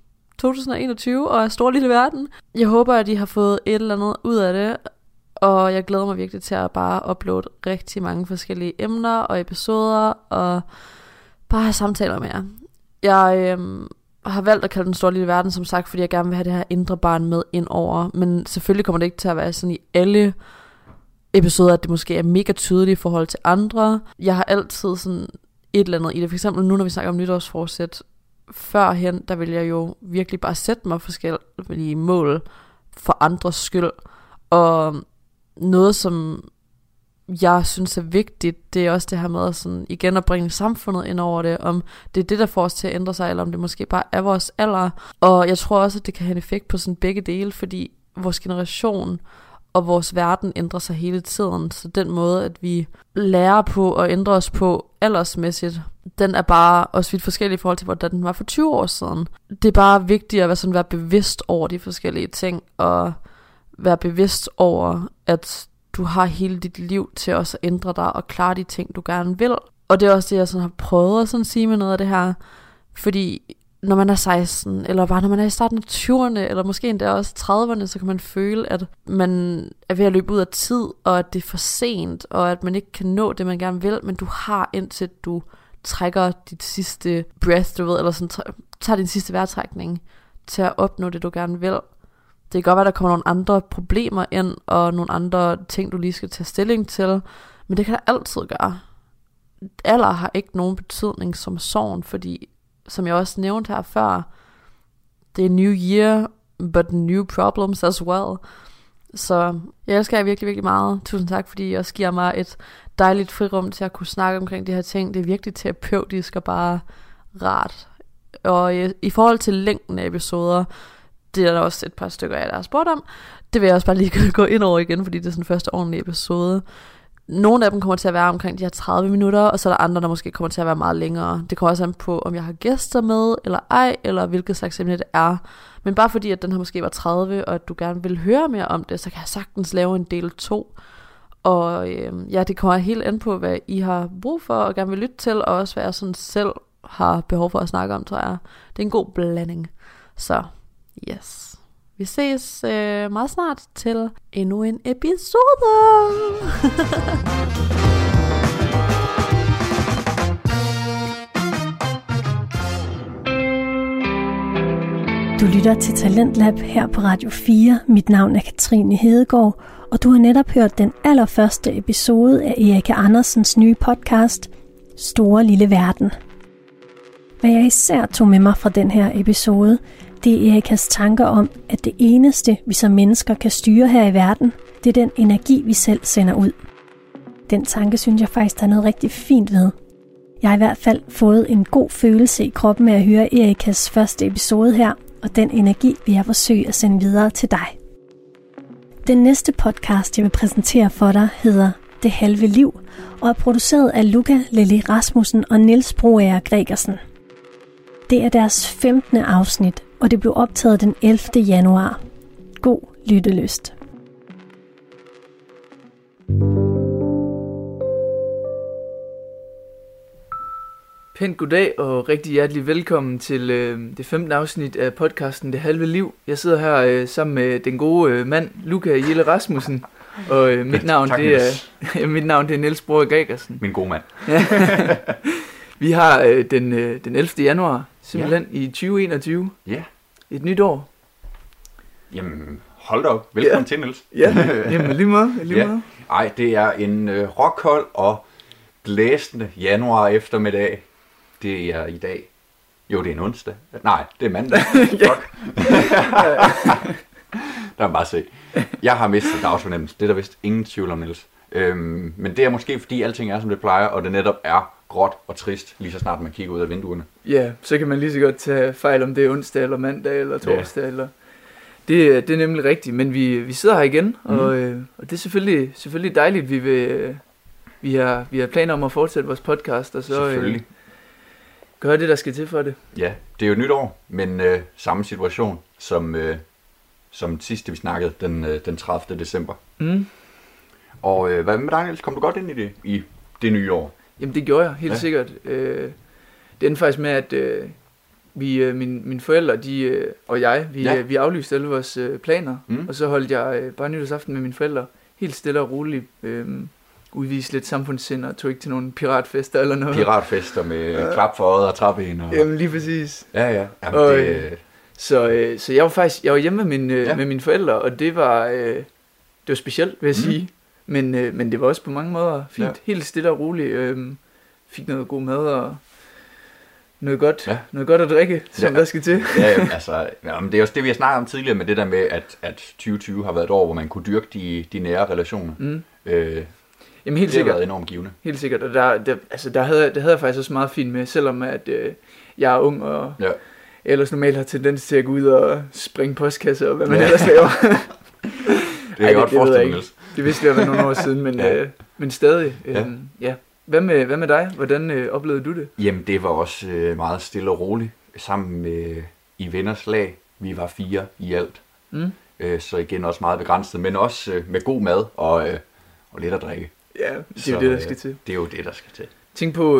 [SPEAKER 2] 2021 og af Stor Lille Verden. Jeg håber, at I har fået et eller andet ud af det, og jeg glæder mig virkelig til at bare uploade rigtig mange forskellige emner og episoder, og bare have samtaler med jer. Jeg har valgt at kalde den Store Lille Verden, som sagt, fordi jeg gerne vil have det her indre barn med ind over, men selvfølgelig kommer det ikke til at være sådan i alle episoder, at det måske er mega tydeligt i forhold til andre. Jeg har altid sådan et eller andet i det. For eksempel nu, når vi snakker om nytårsforsæt, førhen, der vil jeg jo virkelig bare sætte mig forskellige mål for andres skyld. Og noget, som jeg synes er vigtigt, det er også det her med sådan, igen at bringe samfundet ind over det, om det er det, der får os til at ændre sig, eller om det måske bare er vores alder. Og jeg tror også, at det kan have en effekt på sådan begge dele, fordi vores generation og vores verden ændrer sig hele tiden, så den måde, at vi lærer på og ændrer os på aldersmæssigt, den er bare også vidt forskellig i forhold til, hvordan den var for 20 år siden. Det er bare vigtigt at være bevidst over de forskellige ting, og være bevidst over, at du har hele dit liv til også at ændre dig og klare de ting, du gerne vil. Og det er også det, jeg sådan har prøvet at sådan sige med noget af det her. Fordi når man er 16, eller bare når man er i starten af 20'erne, eller måske endda også 30'erne, så kan man føle, at man er ved at løbe ud af tid, og at det er for sent, og at man ikke kan nå det, man gerne vil, men du har indtil du trækker dit sidste breath, du ved, eller sådan, tager din sidste vejrtrækning til at opnå det, du gerne vil. Det kan godt være, der kommer nogle andre problemer ind, og nogle andre ting, du lige skal tage stilling til, men det kan der altid gøre. Alder har ikke nogen betydning som sådan, fordi, som jeg også nævnte her før, det er new year, but new problems as well. Så jeg elsker jer virkelig, virkelig meget. Tusind tak, fordi I også giver mig et dejligt frirum til at kunne snakke omkring de her ting. Det er virkelig terapeutisk og bare rart. Og i forhold til længden af episoder, det er der også et par stykker af, der har spurgt om. Det vil jeg også bare lige gå ind over igen, fordi det er sådan første ordentlige episode. Nogle af dem kommer til at være omkring de her 30 minutter, og så er der andre, der måske kommer til at være meget længere. Det kommer også an på, om jeg har gæster med, eller ej, eller hvilket slags emne det er. Men bare fordi, at den her måske var 30, og at du gerne vil høre mere om det, så kan jeg sagtens lave en del 2. Og ja, det kommer helt an på, hvad I har brug for, og gerne vil lytte til, og også hvad jeg sådan selv har behov for at snakke om, tror jeg. Det er en god blanding. Så, yes. Vi ses meget snart til endnu en episode.
[SPEAKER 1] Du lytter til Talentlab her på Radio 4. Mit navn er Katrine Hedegaard, og du har netop hørt den allerførste episode af Erika Andersens nye podcast, Store Lille Verden. Hvad jeg især tog med mig fra den her episode, det er Erikas tanker om, at det eneste, vi som mennesker kan styre her i verden, det er den energi, vi selv sender ud. Den tanke synes jeg faktisk, der er noget rigtig fint ved. Jeg har i hvert fald fået en god følelse i kroppen af at høre Erikas første episode her, og den energi vil jeg forsøge at sende videre til dig. Den næste podcast, jeg vil præsentere for dig, hedder Det Halve Liv, og er produceret af Luca Lili Rasmussen og Niels Broager Gregersen. Det er deres 15. afsnit, og det blev optaget den 11. januar. God lyttelyst.
[SPEAKER 3] Pænt goddag og rigtig hjertelig velkommen til det 15. afsnit af podcasten Det Halve Liv. Jeg sidder her sammen med den gode mand, Luca Lili Rasmussen. Og mit navn det er Niels Broager Gregersen.
[SPEAKER 4] Min gode mand.
[SPEAKER 3] Vi har den 11. januar, simpelthen i 2021.
[SPEAKER 4] Ja.
[SPEAKER 3] Et nyt år.
[SPEAKER 4] Jamen, hold da op. Velkommen til, Niels.
[SPEAKER 3] Ja, jamen lige måde.
[SPEAKER 4] Ej, det er en rockkold og blæsende januar eftermiddag. Det er i dag. Jo, det er en onsdag. Nej, det er mandag. Fuck. Der kan bare se. Jeg har mistet dagsfornemmelse. Det er der vist ingen tvivl om, Niels. Men det er måske fordi alting er som det plejer, og det netop er gråt og trist, lige så snart man kigger ud af vinduerne.
[SPEAKER 3] Ja, så kan man lige så godt tage fejl om det er onsdag eller mandag eller torsdag. Eller det er nemlig rigtigt, men vi sidder her igen, og det er selvfølgelig dejligt. Vi har planer om at fortsætte vores podcast, og så gøre det, der skal til for det.
[SPEAKER 4] Ja, det er jo et nyt år, men samme situation som sidste vi snakkede den 30. december. Og hvad med dig, Niels? Kom du godt ind i det nye år?
[SPEAKER 3] Jamen det gjorde jeg helt sikkert. Det endte faktisk med, at mine forældre og jeg, vi aflyste alle vores planer. Og så holdt jeg bare nytårsaften med mine forældre helt stille og roligt. Udvise lidt samfundssind og tog ikke til nogle piratfester eller noget.
[SPEAKER 4] Piratfester med klap for øjet og trappen.
[SPEAKER 3] Jamen lige præcis.
[SPEAKER 4] Ja. Jamen,
[SPEAKER 3] og, så jeg var hjemme med mine forældre, og det var specielt, vil jeg sige. Men det var også på mange måder fint. Ja. Helt stille og roligt. Fik noget god mad og noget godt at drikke, som der skal til.
[SPEAKER 4] Men det er også det, vi har snakket om tidligere med det der med, at 2020 har været et år, hvor man kunne dyrke de nære relationer.
[SPEAKER 3] Jamen helt
[SPEAKER 4] det
[SPEAKER 3] sikkert.
[SPEAKER 4] har været enormt givende.
[SPEAKER 3] Helt sikkert, og der havde jeg faktisk også meget fint med, selvom at jeg er ung og ellers normalt har tendens til at gå ud og springe postkasser og hvad man ellers laver.
[SPEAKER 4] Det er godt forstået, Niels.
[SPEAKER 3] Det vidste jeg nogle år siden, men stadig. Hvad med dig? Hvordan oplevede du det?
[SPEAKER 4] Jamen, det var også meget stille og roligt. Sammen med i venners lag. Vi var 4 i alt. Så igen også meget begrænset, men også med god mad. Og og lidt at drikke.
[SPEAKER 3] Ja, det er jo det, der skal til.
[SPEAKER 4] Det er jo det, der skal til.
[SPEAKER 3] Tænk på,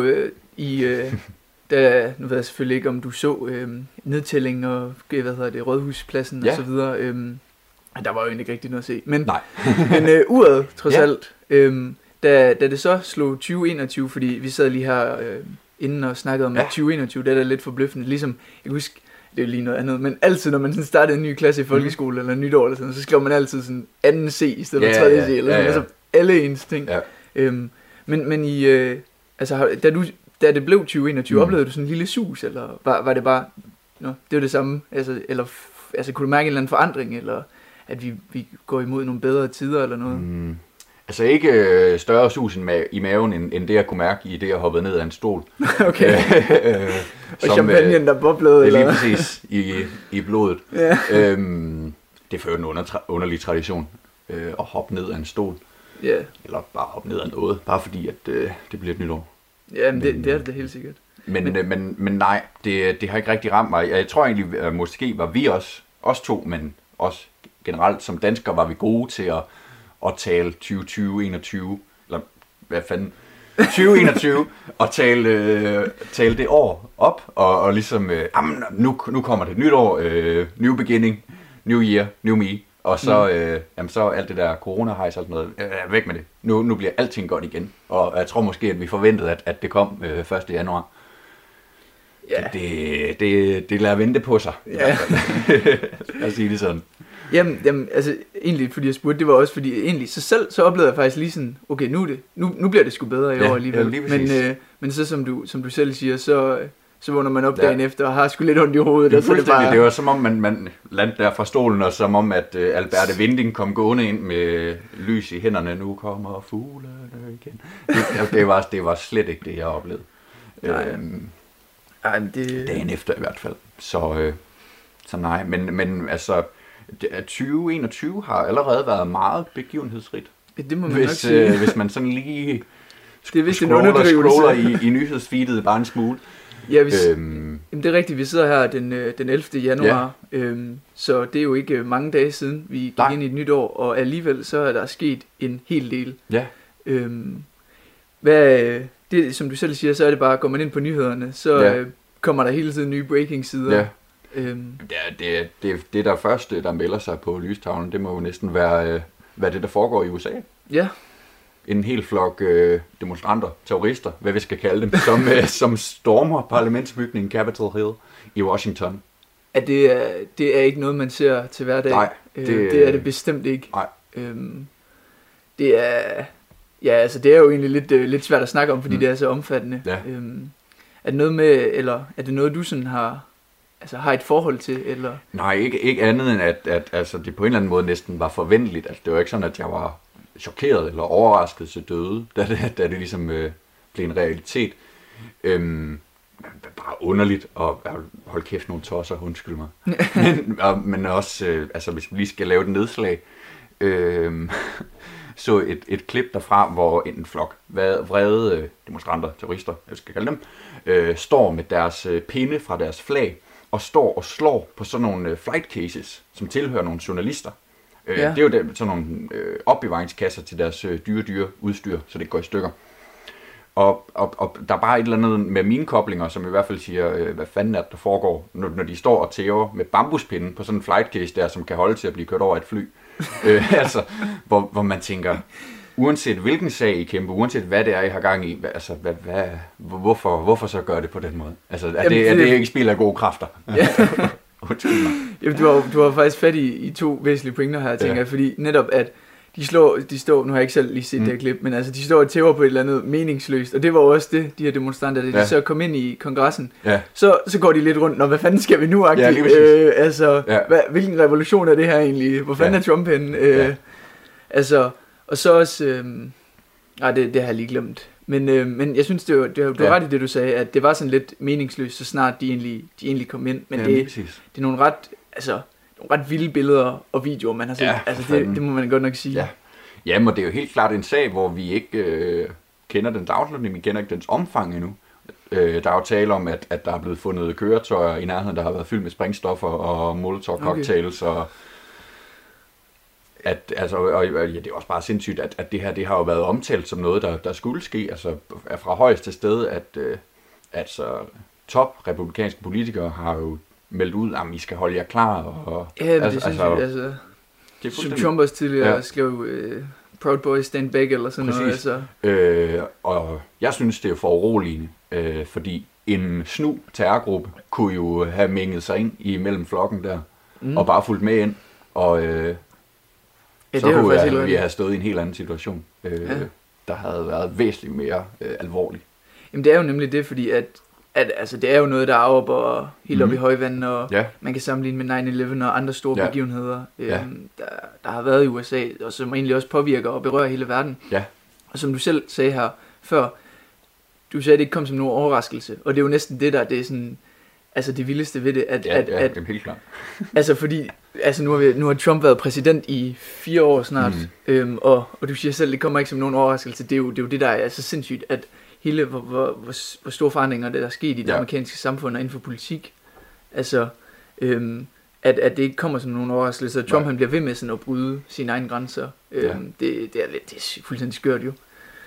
[SPEAKER 3] nu ved jeg selvfølgelig ikke, om du så nedtællingen og Rådhuspladsen og så videre. Der var jo egentlig ikke rigtig noget at se. Men uret, trods alt, da det så slog 2021, fordi vi sad lige her inden og snakkede om 2021, det er da lidt forbløffende. Ligesom, jeg kan huske, det er jo lige noget andet, men altid, når man sådan startede en ny klasse i folkeskole eller nytår eller sådan, så skrev man altid sådan 2. C i stedet for 3. C eller sådan, altså alle ens ting. Ja. Men i, altså, da det blev 2021, oplevede du sådan en lille sus, eller var det bare, det var det samme, altså kunne du mærke en eller anden forandring, eller at vi går imod nogle bedre tider eller noget?
[SPEAKER 4] Altså ikke større sus i maven, end det jeg kunne mærke i det, jeg hoppede ned af en stol.
[SPEAKER 3] Okay. Og champagnen, der boblede?
[SPEAKER 4] Det er lige præcis i blodet. Ja. Det fører en underlig tradition, at hoppe ned af en stol. Yeah. Eller bare hoppe ned af noget, bare fordi at det bliver et nyt år.
[SPEAKER 3] Ja, men det er det helt sikkert.
[SPEAKER 4] Men nej, det har ikke rigtig ramt mig. Jeg tror egentlig, at måske var vi os to, men også generelt som danskere var vi gode til at tale 2021, eller hvad fanden, 2021, og tale det år op, og ligesom, nu kommer det et nyt år, new beginning, new year, new me, og så, så alt det der corona-hejs og sådan noget, væk med det. Nu bliver alting godt igen, og jeg tror måske, at vi forventede, at det kom 1. januar. Ja. Det lader vente på sig. Ja. Lad os sige det sådan.
[SPEAKER 3] Jamen, altså egentlig, fordi jeg spurgte, det var også fordi, egentlig, så oplevede jeg faktisk lige sådan, okay, nu bliver det sgu bedre i år alligevel. Men så som du selv siger, så vågner man op dagen efter og har sgu lidt ondt i hovedet.
[SPEAKER 4] Det var som om man landte der fra stolen, og som om at Alberte Winding kom gående ind med lys i hænderne. Nu kommer fuglene igen. Det var slet ikke det, jeg oplevede. Dagen efter i hvert fald. Så nej, men altså 2021 har allerede været meget begivenhedsrigt.
[SPEAKER 3] Det må man nok sige.
[SPEAKER 4] Hvis man sådan lige
[SPEAKER 3] scroller
[SPEAKER 4] i nyhedsfeedet bare en smule.
[SPEAKER 3] Ja, det er rigtigt. Vi sidder her den 11. januar, så det er jo ikke mange dage siden, vi gik ind i et nyt år, og alligevel så er der sket en hel del. Ja. Det, som du selv siger, så er det bare, går man ind på nyhederne, så kommer der hele tiden nye breaking-sider. Ja.
[SPEAKER 4] Det der første, der melder sig på lystavlen, det må jo næsten være, hvad det der foregår i USA. Ja. En hel flok demonstranter, terrorister, hvad vi skal kalde dem, som stormer parlamentsbygningen Capitol Hill i Washington.
[SPEAKER 3] Det er ikke noget, man ser til hverdag.
[SPEAKER 4] Nej.
[SPEAKER 3] Det er det bestemt ikke.
[SPEAKER 4] Nej.
[SPEAKER 3] Det er jo egentlig lidt svært at snakke om, fordi det er så omfattende. Ja. Er det noget med, eller er det noget, du sådan har et forhold til, eller?
[SPEAKER 4] Nej, ikke andet end at altså, det på en eller anden måde næsten var forventeligt. Altså, det var ikke sådan, at jeg var chokeret eller overrasket til døde, da det ligesom blev en realitet. Bare underligt, og hold kæft nogle tosser, undskyld mig. men også, altså hvis vi lige skal lave et nedslag, så et klip derfra, hvor en flok vrede demonstranter, terrorister, jeg skal kalde dem, står med deres pinde fra deres flag, og står og slår på sådan nogle flight cases, som tilhører nogle journalister. Det er jo sådan nogle opbevaringskasser til deres dyre udstyr, så det går i stykker. Og der er bare et eller andet med mine koblinger, som i hvert fald siger, hvad fanden er det, der foregår, når de står og tæver med bambuspinden på sådan en flight case der, som kan holde til at blive kørt over et fly. Altså, hvor man tænker, uanset hvilken sag I kæmper, uanset hvad det er, I har gang i, altså, hvorfor så gør det på den måde? Altså, er det ikke spil af gode kræfter? Ja.
[SPEAKER 3] Jamen, du har faktisk fat i to væsentlige pointer her, tænker jeg, fordi netop at de står, nu har jeg ikke selv lige set det her klip, men altså de står og tæver på et eller andet meningsløst, og det var også det, de her demonstranter, da de så kom ind i kongressen, så går de lidt rundt, hvad fanden skal vi nu, hvilken revolution er det her egentlig, hvor fanden er Trump henne, altså, og så også, det har jeg lige glemt, men jeg synes, det var ret i det, du sagde, at det var sådan lidt meningsløst, så snart de egentlig kom ind, men det er nogle ret vilde billeder og videoer, man har set. Det må man godt nok sige.
[SPEAKER 4] Ja. Jamen, og det er jo helt klart en sag, hvor vi ikke kender dens afslutning, vi kender ikke dens omfang endnu. Der er jo tale om, at der er blevet fundet køretøjer i nærheden, der har været fyldt med sprængstoffer og molotov-cocktails. Og at altså, og det er også bare sindssygt, at det her, det har jo været omtalt som noget, der skulle ske, altså fra højeste sted, at altså top republikanske politikere har jo meldt ud, at I skal holde jer klar. Og,
[SPEAKER 3] ja, men det er sindssygt, som Trump også tidligere skrev, Proud Boys Stand Back, eller sådan
[SPEAKER 4] præcis.
[SPEAKER 3] Noget. Altså.
[SPEAKER 4] Og jeg synes, det er for uroligende, fordi en snu terrorgruppe kunne jo have mænget sig ind imellem flokken der, og bare fulgt med ind, og så kunne vi have stået i en helt anden situation, der havde været væsentligt mere alvorlig.
[SPEAKER 3] Jamen det er jo nemlig det, fordi at altså, det er jo noget, der arver helt op i højvandet, og man kan sammenligne med 9/11 og andre store begivenheder, der har været i USA, og som egentlig også påvirker og berører hele verden.
[SPEAKER 4] Ja.
[SPEAKER 3] Og som du selv sagde her før, du sagde, at det ikke kom som nogen overraskelse, og det er jo næsten det der, det er sådan, altså det vildeste ved det, at
[SPEAKER 4] det er helt klart.
[SPEAKER 3] Altså fordi, altså nu har Trump været præsident i 4 år snart, og du siger selv, det kommer ikke som nogen overraskelse, det er jo det der er så sindssygt, at hele, hvor store forandringer der er sket i det amerikanske samfund og inden for politik. Altså, at det ikke kommer som nogen overraskelse. At Trump han bliver ved med sådan at bryde sine egne grænser. Det er fuldstændig skørt jo.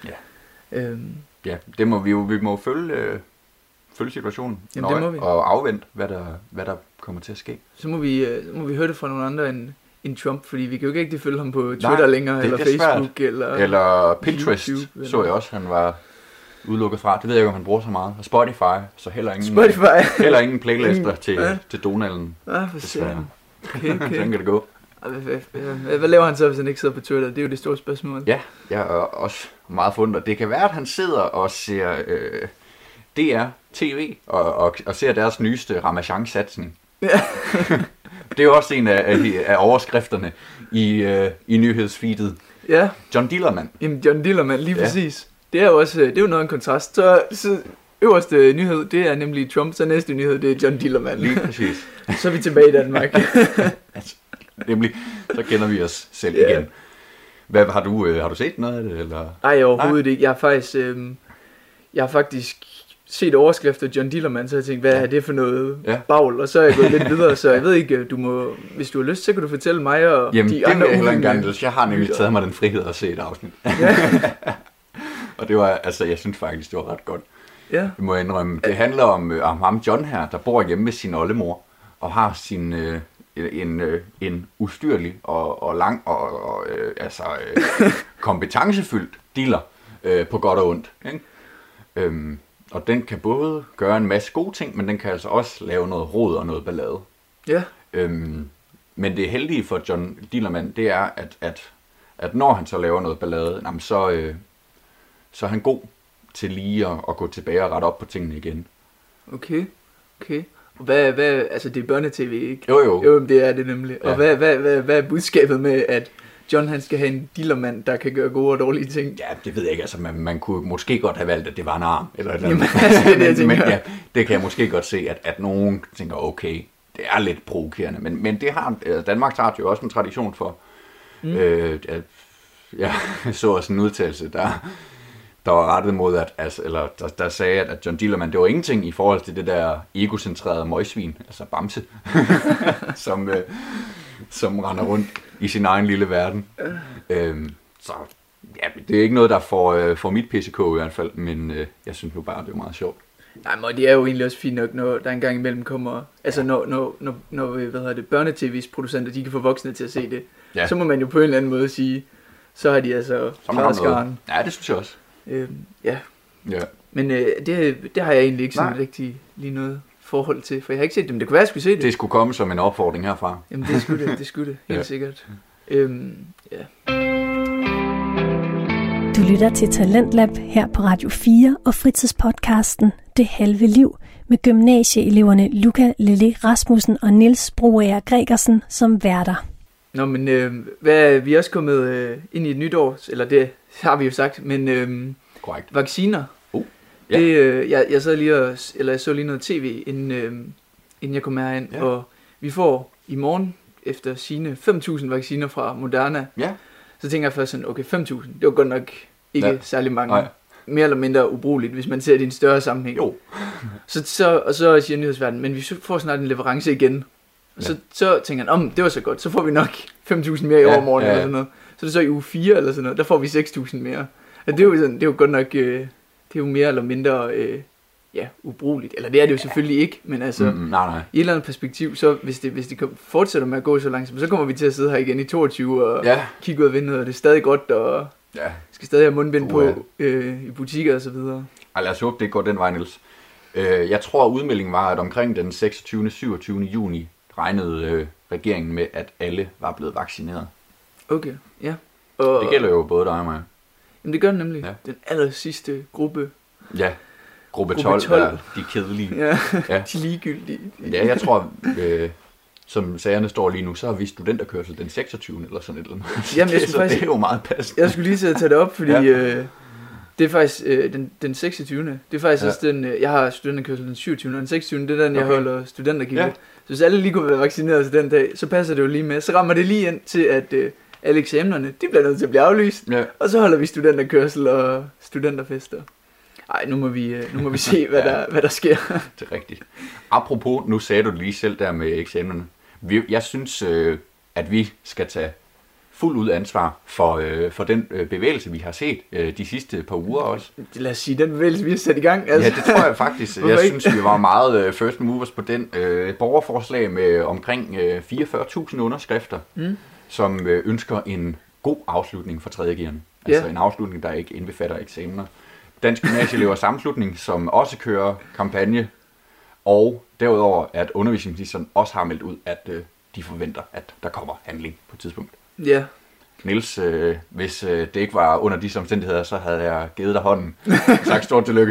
[SPEAKER 4] Ja, det må vi må følge situationen nøje, og afvente, hvad der kommer til at ske.
[SPEAKER 3] Så må vi høre det fra nogle andre end Trump, fordi vi kan jo ikke rigtig følge ham på Twitter længere, eller Facebook,
[SPEAKER 4] eller Pinterest, YouTube, så jeg også, han var udelukket fra. Det ved jeg ikke, om han bruger så meget. Og Spotify, så heller ingen playlister til Donalden.
[SPEAKER 3] For søren. Okay.
[SPEAKER 4] Sådan kan det gå.
[SPEAKER 3] Hvad laver han så, hvis han ikke sidder på Twitter? Det er jo det store spørgsmål.
[SPEAKER 4] Ja, jeg er også meget fundet. Det kan være, at han sidder og ser DR TV og ser deres nyeste Ramachan-satsning. Ja. Det er jo også en af overskrifterne i nyhedsfeedet.
[SPEAKER 3] Ja.
[SPEAKER 4] John Dillermand.
[SPEAKER 3] Jamen, John Dillermand, lige præcis. Det er jo også, det er jo noget af en kontrast. Så øverste nyhed, det er nemlig Trump, så næste nyhed, det er John Dillermand.
[SPEAKER 4] Lige præcis.
[SPEAKER 3] Så er vi tilbage i Danmark.
[SPEAKER 4] Altså, nemlig, så kender vi os selv igen. Hvad, har du set noget af det? Eller?
[SPEAKER 3] Nej, overhovedet ikke. Jeg har faktisk set overskrifter John Dillermand, så jeg tænkte, hvad er det for noget bagl? Og så er jeg gået lidt videre, så jeg ved ikke, hvis du har lyst, så kan du fortælle mig og
[SPEAKER 4] jamen,
[SPEAKER 3] de andre
[SPEAKER 4] ugen. Jeg har nemlig taget mig den frihed at se et afsnit. Ja. Og det var, altså, jeg synes faktisk, det var ret godt.
[SPEAKER 3] Ja.
[SPEAKER 4] Det må jeg indrømme. Det handler om ham John her, der bor hjemme med sin oldemor, og har sin en ustyrlig og lang og kompetencefyldt dealer på godt og ondt. Ikke? Og den kan både gøre en masse gode ting, men den kan altså også lave noget rod og noget ballade.
[SPEAKER 3] Ja.
[SPEAKER 4] Men det heldige for John Dillermand, det er, at når han så laver noget ballade, jamen så er han god til lige at gå tilbage og rette op på tingene igen.
[SPEAKER 3] Okay. Og hvad altså det er børnetv, ikke?
[SPEAKER 4] Jo,
[SPEAKER 3] det er det nemlig. Ja. Og hvad er budskabet med, at John han skal have en dillermand, der kan gøre gode og dårlige ting?
[SPEAKER 4] Ja, det ved jeg ikke. Altså man kunne måske godt have valgt, at det var en arm. Eller
[SPEAKER 3] jamen, altså,
[SPEAKER 4] men ja, det kan jeg måske godt se, at nogen tænker, okay, det er lidt provokerende. Men det har Danmarks Radio jo også en tradition for. Jeg så også en udtalelse, der var rettet mod, der sagde, at John Dillermand, det var ingenting i forhold til det der egocentrerede møgsvin, altså Bamse, som render rundt i sin egen lille verden. Så ja, det er ikke noget, der får mit PCK i hvert fald, men jeg synes nu bare, det er meget sjovt.
[SPEAKER 3] Nej, men det er jo egentlig også fint nok, når der engang imellem kommer, altså når børnetv's producenter, de kan få voksne til at se det, så må man jo på en eller anden måde sige, så har de altså klaret skaren.
[SPEAKER 4] Ja, det synes jeg også.
[SPEAKER 3] Ja. Men det har jeg egentlig ikke sådan rigtig lige noget forhold til, for jeg har ikke set dem. Det kunne være, jeg skulle se det.
[SPEAKER 4] Det skulle komme som en opfordring herfra.
[SPEAKER 3] Jamen det skulle det, helt sikkert.
[SPEAKER 1] Du lytter til Talentlab her på Radio 4 og fritidspodcasten Det Halve Liv med gymnasieeleverne Luca Lille Rasmussen og Niels Broager Gregersen som værter.
[SPEAKER 3] Nå, men vi er også kommet ind i et nyt år, eller det har vi jo sagt, men vacciner. Jeg så lige noget tv, inden jeg kom herind, og vi får i morgen efter sine 5.000 vacciner fra Moderna. Ja. Så tænker jeg først sådan, okay, 5.000, det var godt nok ikke særlig mange. Nej. Mere eller mindre ubrugeligt, hvis man ser det i en større sammenhæng.
[SPEAKER 4] Jo.
[SPEAKER 3] så siger nyhedsverdenen, men vi får snart en leverance igen. Og så tænker han, det var så godt, så får vi nok 5.000 mere i overmorgen eller sådan noget. Så er det så i uge 4 eller sådan noget, der får vi 6.000 mere. Og det er jo godt nok, det er jo mere eller mindre ubrugeligt. Eller det er det jo selvfølgelig ikke, men altså i et eller andet perspektiv, så hvis det fortsætter med at gå så langsomt, så kommer vi til at sidde her igen i 22 og kigge ud af vinduet, og det er stadig godt, og skal stadig have mundbind på i butikker og så videre.
[SPEAKER 4] Ej, lad os håbe, det går den vej, Niels. Jeg tror, udmeldingen var, at omkring den 26. 27. juni regnede regeringen med, at alle var blevet vaccineret.
[SPEAKER 3] Okay, ja. Og
[SPEAKER 4] det gælder jo både dig og mig.
[SPEAKER 3] Jamen det gør den nemlig. Ja. Den aller sidste gruppe.
[SPEAKER 4] Ja, gruppe 12 er de kedelige.
[SPEAKER 3] Ja, de ligegyldige.
[SPEAKER 4] Ja, jeg tror, som sagerne står lige nu, så har vi studenterkørsel den 26. eller sådan et eller andet.
[SPEAKER 3] Jamen,
[SPEAKER 4] det er jo meget passende.
[SPEAKER 3] Jeg skulle lige til at tage det op, fordi det er faktisk den 26. Det er faktisk også den, jeg har studenterkørsel den 27. og den 26. Det er den, jeg holder studenterkigge. Så hvis alle lige kunne være vaccineret til den dag, så passer det jo lige med. Så rammer det lige ind til, at alle eksamenerne, de bliver nødt til at blive aflyst. Ja. Og så holder vi studenterkørsel og studenterfester. Ej, nu må vi se, hvad der sker.
[SPEAKER 4] Det er rigtigt. Apropos, nu sagde du det lige selv der med eksamenerne. Jeg synes, at vi skal tage fuld ud ansvar for den bevægelse, vi har set de sidste par uger også.
[SPEAKER 3] Lad os sige, den bevægelse, vi har sat i gang. Altså.
[SPEAKER 4] Ja, det tror jeg faktisk. Jeg synes, vi var meget first movers på den borgerforslag med omkring 44.000 underskrifter, som ønsker en god afslutning for 3. G'erne. Altså en afslutning, der ikke indbefatter eksamener. Dansk Gymnasieelevers Sammenslutning, som også kører kampagne, og derudover, at undervisningsministeren også har meldt ud, at de forventer, at der kommer handling på et tidspunkt.
[SPEAKER 3] Ja.
[SPEAKER 4] Niels, hvis det ikke var under disse omstændigheder, så havde jeg givet dig hånden. Sagt stort tillykke.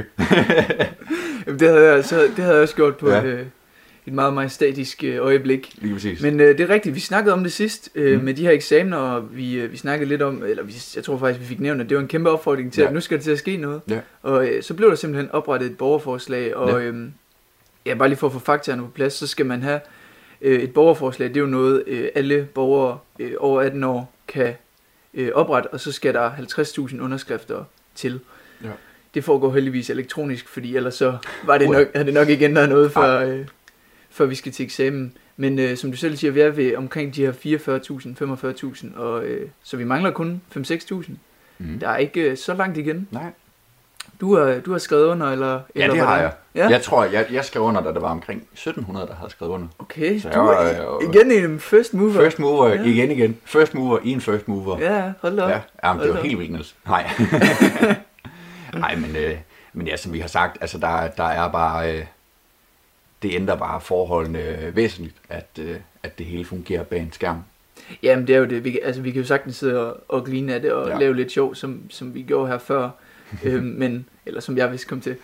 [SPEAKER 3] Det havde jeg også gjort på et meget majestætisk øjeblik.
[SPEAKER 4] Lige præcis.
[SPEAKER 3] Men det er rigtigt, vi snakkede om det sidst med de her eksamener, og vi snakkede lidt om, eller jeg tror faktisk, vi fik nævnt, at det var en kæmpe opfordring til, at nu skal det til at ske noget. Ja. Og så blev der simpelthen oprettet et borgerforslag, og bare lige for at få faktaerne på plads, så skal man have et borgerforslag. Det er jo noget, alle borgere over 18 år kan oprette, og så skal der 50.000 underskrifter til. Ja. Det foregår heldigvis elektronisk, fordi ellers så havde det nok ikke ændret noget før vi skal til eksamen. Men som du selv siger, vi er ved omkring de her 44.000, 45.000, og så vi mangler kun 5-6.000. Der er ikke så langt igen.
[SPEAKER 4] Nej.
[SPEAKER 3] Du har skrevet under, eller
[SPEAKER 4] ja, det har jeg. Ja? Jeg tror, jeg skrev under, da der var omkring 1.700, der havde skrevet under.
[SPEAKER 3] Okay, så du igen en first mover.
[SPEAKER 4] First mover, igen. First mover i en first mover.
[SPEAKER 3] Ja, hold da op.
[SPEAKER 4] Ja, men det var helt vildt, Niels. Nej. Nej, men ja, som vi har sagt, altså der er bare... det ændrer bare forholdene væsentligt, at det hele fungerer bag en skærm.
[SPEAKER 3] Jamen, det er jo det. Vi kan jo sagtens sidde og grine af det og lave lidt sjov, som vi gjorde her før. Eller som jeg vist kom til.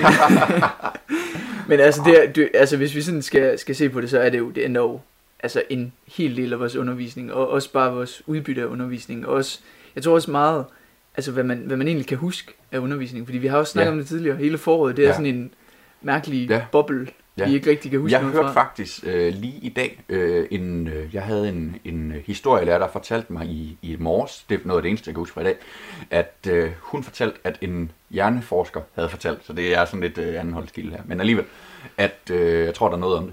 [SPEAKER 3] Men altså, hvis vi sådan skal se på det, så er det jo, det ændrer jo altså en hel del af vores undervisning, og også bare vores udbytte af undervisning. Og også, jeg tror også meget, altså hvad man egentlig kan huske af undervisning, fordi vi har også snakket om det tidligere. Hele foråret, det er sådan en mærkelig boble, vi ikke rigtig kan huske
[SPEAKER 4] noget fra. Jeg hørte faktisk lige i dag, jeg havde en historielærer, der fortalte mig i morges, det er noget af det eneste, jeg kan huske fra i dag, at hun fortalte, at en hjerneforsker havde fortalt, så det er sådan lidt andenholdskilde her, men alligevel, at jeg tror, der er noget om det,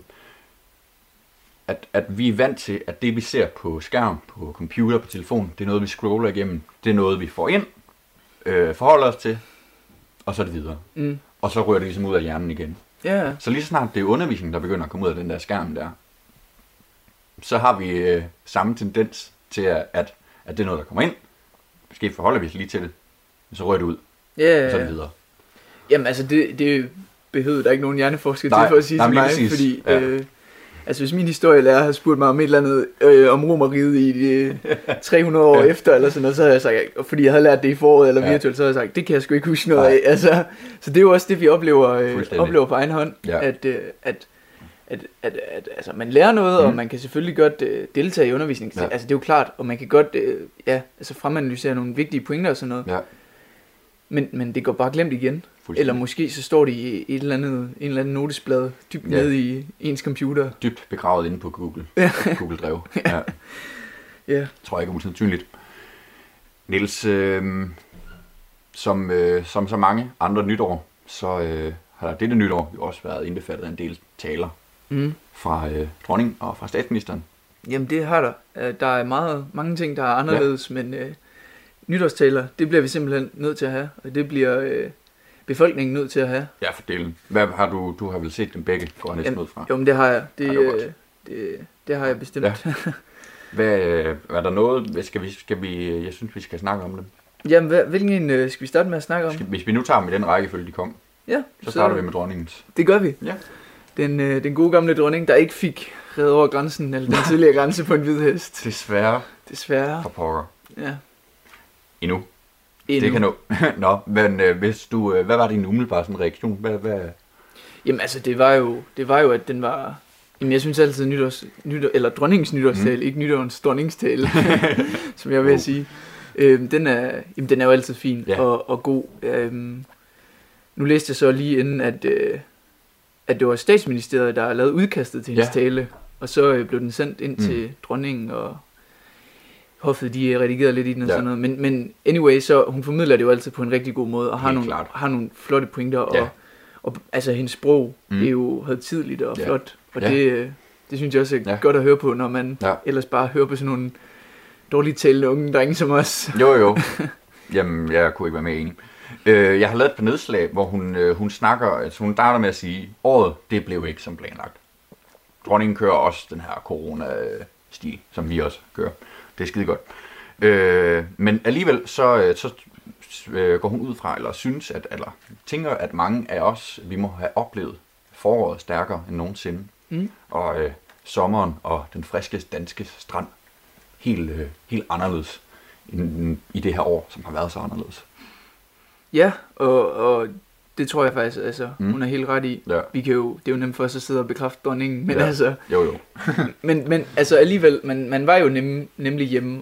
[SPEAKER 4] at vi er vant til, at det vi ser på skærm, på computer, på telefon, det er noget, vi scroller igennem, det er noget, vi får ind, forholder os til, og så er det videre. Og så rører det ligesom ud af hjernen igen.
[SPEAKER 3] Yeah.
[SPEAKER 4] Så lige så snart det er undervisningen, der begynder at komme ud af den der skærm der, så har vi samme tendens til, at det er noget, der kommer ind. Måske forholder vi os lige til det, så rører det ud, og så er det videre.
[SPEAKER 3] Jamen altså, det behøver der ikke nogen hjerneforsker til for at sige til mig, fordi altså hvis min historielærer havde spurgt mig om et eller andet om Romerriget i 300 år efter, eller sådan noget, så havde jeg sagt, fordi jeg havde lært det i foråret eller virtuelt, så havde jeg sagt, det kan jeg sgu ikke huske noget af. Altså, så det er jo også det, vi oplever på egen hånd, at altså, man lærer noget, og man kan selvfølgelig godt deltage i undervisning. Ja. Altså det er jo klart, og man kan godt fremanalysere nogle vigtige pointer og sådan noget. Ja. Men det går bare glemt igen. Eller måske så står det i en eller anden notesblad dybt nede i ens computer.
[SPEAKER 4] Dybt begravet inde på Google. Google Drive. Ja. Tror jeg ikke er usandsynligt. Niels, som så mange andre nytår, så har dette nytår jo også været indbefattet af en del taler. fra dronningen og fra statsministeren.
[SPEAKER 3] Jamen det har der. Der er mange ting, der er anderledes, men nytårstaler, det bliver vi simpelthen nødt til at have, og det bliver befolkningen nødt til at have.
[SPEAKER 4] Ja, for delen. Hvad har du har vel set dem begge, går jeg næsten ud fra?
[SPEAKER 3] Jo, men det har jeg. Det har jeg bestemt.
[SPEAKER 4] Ja. Er der noget, skal vi, jeg synes, vi skal snakke om dem.
[SPEAKER 3] Jamen, hvilken skal vi starte med at snakke om?
[SPEAKER 4] Hvis vi nu tager dem i den rækkefølge, de kom, så starter vi med dronningens.
[SPEAKER 3] Det gør vi.
[SPEAKER 4] Ja.
[SPEAKER 3] Den gode gamle dronning, der ikke fik reddet over grænsen, eller den tidligere grænse på en hvid hest.
[SPEAKER 4] Desværre.
[SPEAKER 3] For
[SPEAKER 4] pokker.
[SPEAKER 3] Ja.
[SPEAKER 4] Endnu. Det kan nå. Nå, men hvis du, hvad var din umiddelbare sådan reaktion? Hvad?
[SPEAKER 3] Jamen altså, det var jo, at den var... Jamen, jeg synes altid eller dronningens nytårstale, ikke nytårens dronningstale, som jeg vil sige. Den er jo altid fin og god. Nu læste jeg så lige inden, at det var statsministeriet, der lavede udkastet til hendes tale, og så blev den sendt ind til dronningen, og hoffet, de redigerede lidt i den og sådan noget. Men anyway, så hun formidler det jo altid på en rigtig god måde, og har nogle flotte pointer, og altså hendes sprog, det er jo højtideligt og flot, og det synes jeg også er godt at høre på, når man ellers bare hører på sådan nogle dårligt talende unge drenge som os.
[SPEAKER 4] Jo. Jamen, jeg kunne ikke være mere enig. Jeg har lavet et par nedslag, hvor hun snakker, altså hun starter med at sige, året, det blev ikke som planlagt. Dronningen kører også den her corona-stil, som vi også kører. Det er skide godt. Men alligevel så går hun ud fra, eller synes, eller tænker, at mange af os, vi må have oplevet foråret stærkere end nogensinde. Og sommeren og den friske danske strand helt anderledes i det her år, som har været så anderledes. Ja,
[SPEAKER 3] og det tror jeg faktisk, altså, hun er helt ret i. Ja. Det er jo nemt for os at sidde og bekræfte dronningen, men altså...
[SPEAKER 4] Jo.
[SPEAKER 3] men altså alligevel, man var jo nemlig hjemme,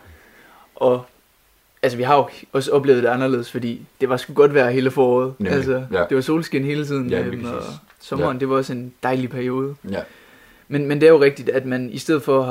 [SPEAKER 3] og altså vi har jo også oplevet det anderledes, fordi det var sgu godt vejr hele foråret. Altså, det var solskin hele tiden, og sommeren, det var også en dejlig periode. Ja. Men det er jo rigtigt, at man i stedet for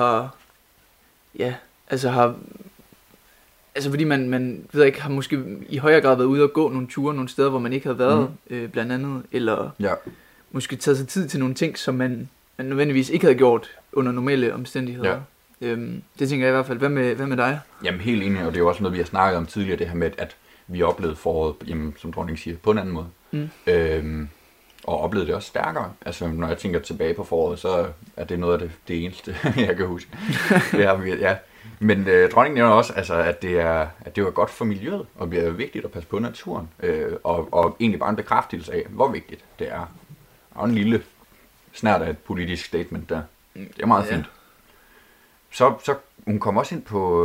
[SPEAKER 3] altså fordi man ved ikke, har måske i højere grad været ude og gå nogle ture nogle steder, hvor man ikke havde været, blandt andet, eller måske taget sig tid til nogle ting, som man nødvendigvis ikke havde gjort under normale omstændigheder. Ja. Det tænker jeg i hvert fald. Hvad med dig?
[SPEAKER 4] Jamen helt enig, og det er jo også noget, vi har snakket om tidligere, det her med, at vi oplevede foråret, jamen, som dronningen siger, på en anden måde. Og oplevede det også stærkere. Altså, når jeg tænker tilbage på foråret, så er det noget af det eneste, jeg kan huske. Men dronningen nævner også, altså, at det var godt for miljøet, og det er vigtigt at passe på naturen. Og egentlig bare en bekræftelse af, hvor vigtigt det er. Og en lille snart af et politisk statement der. Det er meget fint. Så hun kom også ind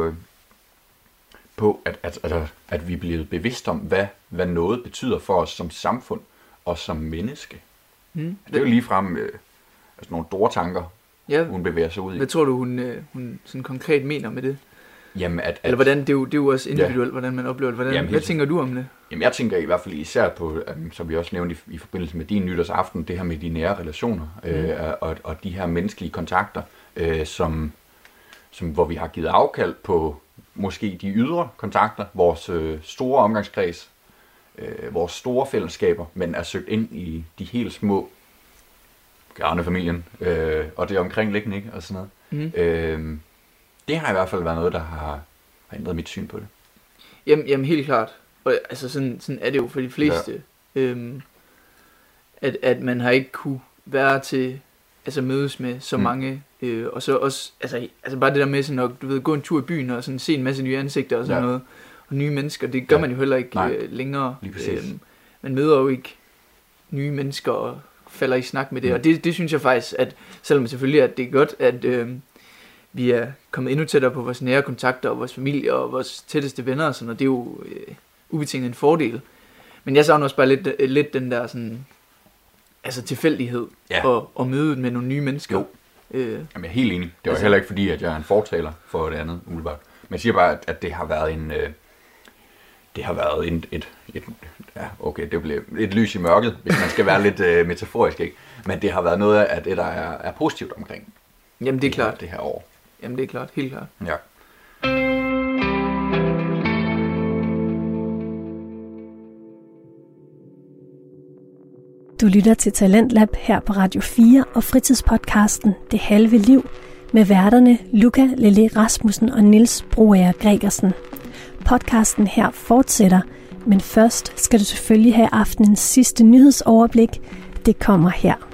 [SPEAKER 4] på at vi er blevet bevidst om, hvad noget betyder for os som samfund og som menneske. Det er jo ligefrem altså nogle store tanker, hun bevæger sig ud i.
[SPEAKER 3] Hvad tror du, hun sådan konkret mener med det?
[SPEAKER 4] Jamen,
[SPEAKER 3] eller hvordan, det er jo også individuelt, hvordan man oplever det. Hvad tænker du om det?
[SPEAKER 4] Jamen, jeg tænker i hvert fald især på, som vi også nævnte i forbindelse med din nytårsaften, det her med de nære relationer, og de her menneskelige kontakter, hvor vi har givet afkald på måske de ydre kontakter, vores store omgangskreds, vores store fællesskaber, men er søgt ind i de helt små, gerne familien, og det omkringliggende, ikke? Og sådan noget. Det har i hvert fald været noget, der har ændret mit syn på det.
[SPEAKER 3] Jamen helt klart. Og altså sådan er det jo for de fleste. At man har ikke kunne være til, altså mødes med så mange, og så også, altså bare det der med sådan at, du ved, gå en tur i byen og sådan se en masse nye ansigter og sådan noget, og nye mennesker, det gør man jo heller ikke længere. Man møder jo ikke nye mennesker og falder i snak med det, og det synes jeg faktisk, at selvom selvfølgelig at det er godt, at vi er kommet endnu tættere på vores nære kontakter og vores familie og vores tætteste venner og sådan, og det er jo ubetinget en fordel. Men jeg savner også bare lidt den der sådan, altså tilfældighed og mødet med nogle nye mennesker.
[SPEAKER 4] Jo. Jamen, jeg er helt enig. Det var heller ikke fordi, at jeg er en fortaler for det andet, umiddelbart. Men jeg siger bare, at det har været det blev et lys i mørket, hvis man skal være lidt metaforisk, ikke? Men det har været noget af det, der er positivt omkring.
[SPEAKER 3] Jamen, det er klart.
[SPEAKER 4] Det her år.
[SPEAKER 3] Jamen, det er klart. Helt klart.
[SPEAKER 4] Ja.
[SPEAKER 1] Du lytter til Talentlab her på Radio 4 og fritidspodcasten Det Halve Liv med værterne Luca Lele Rasmussen og Niels Broager Gregersen. Podcasten her fortsætter, men først skal du selvfølgelig have aftenens sidste nyhedsoverblik. Det kommer her.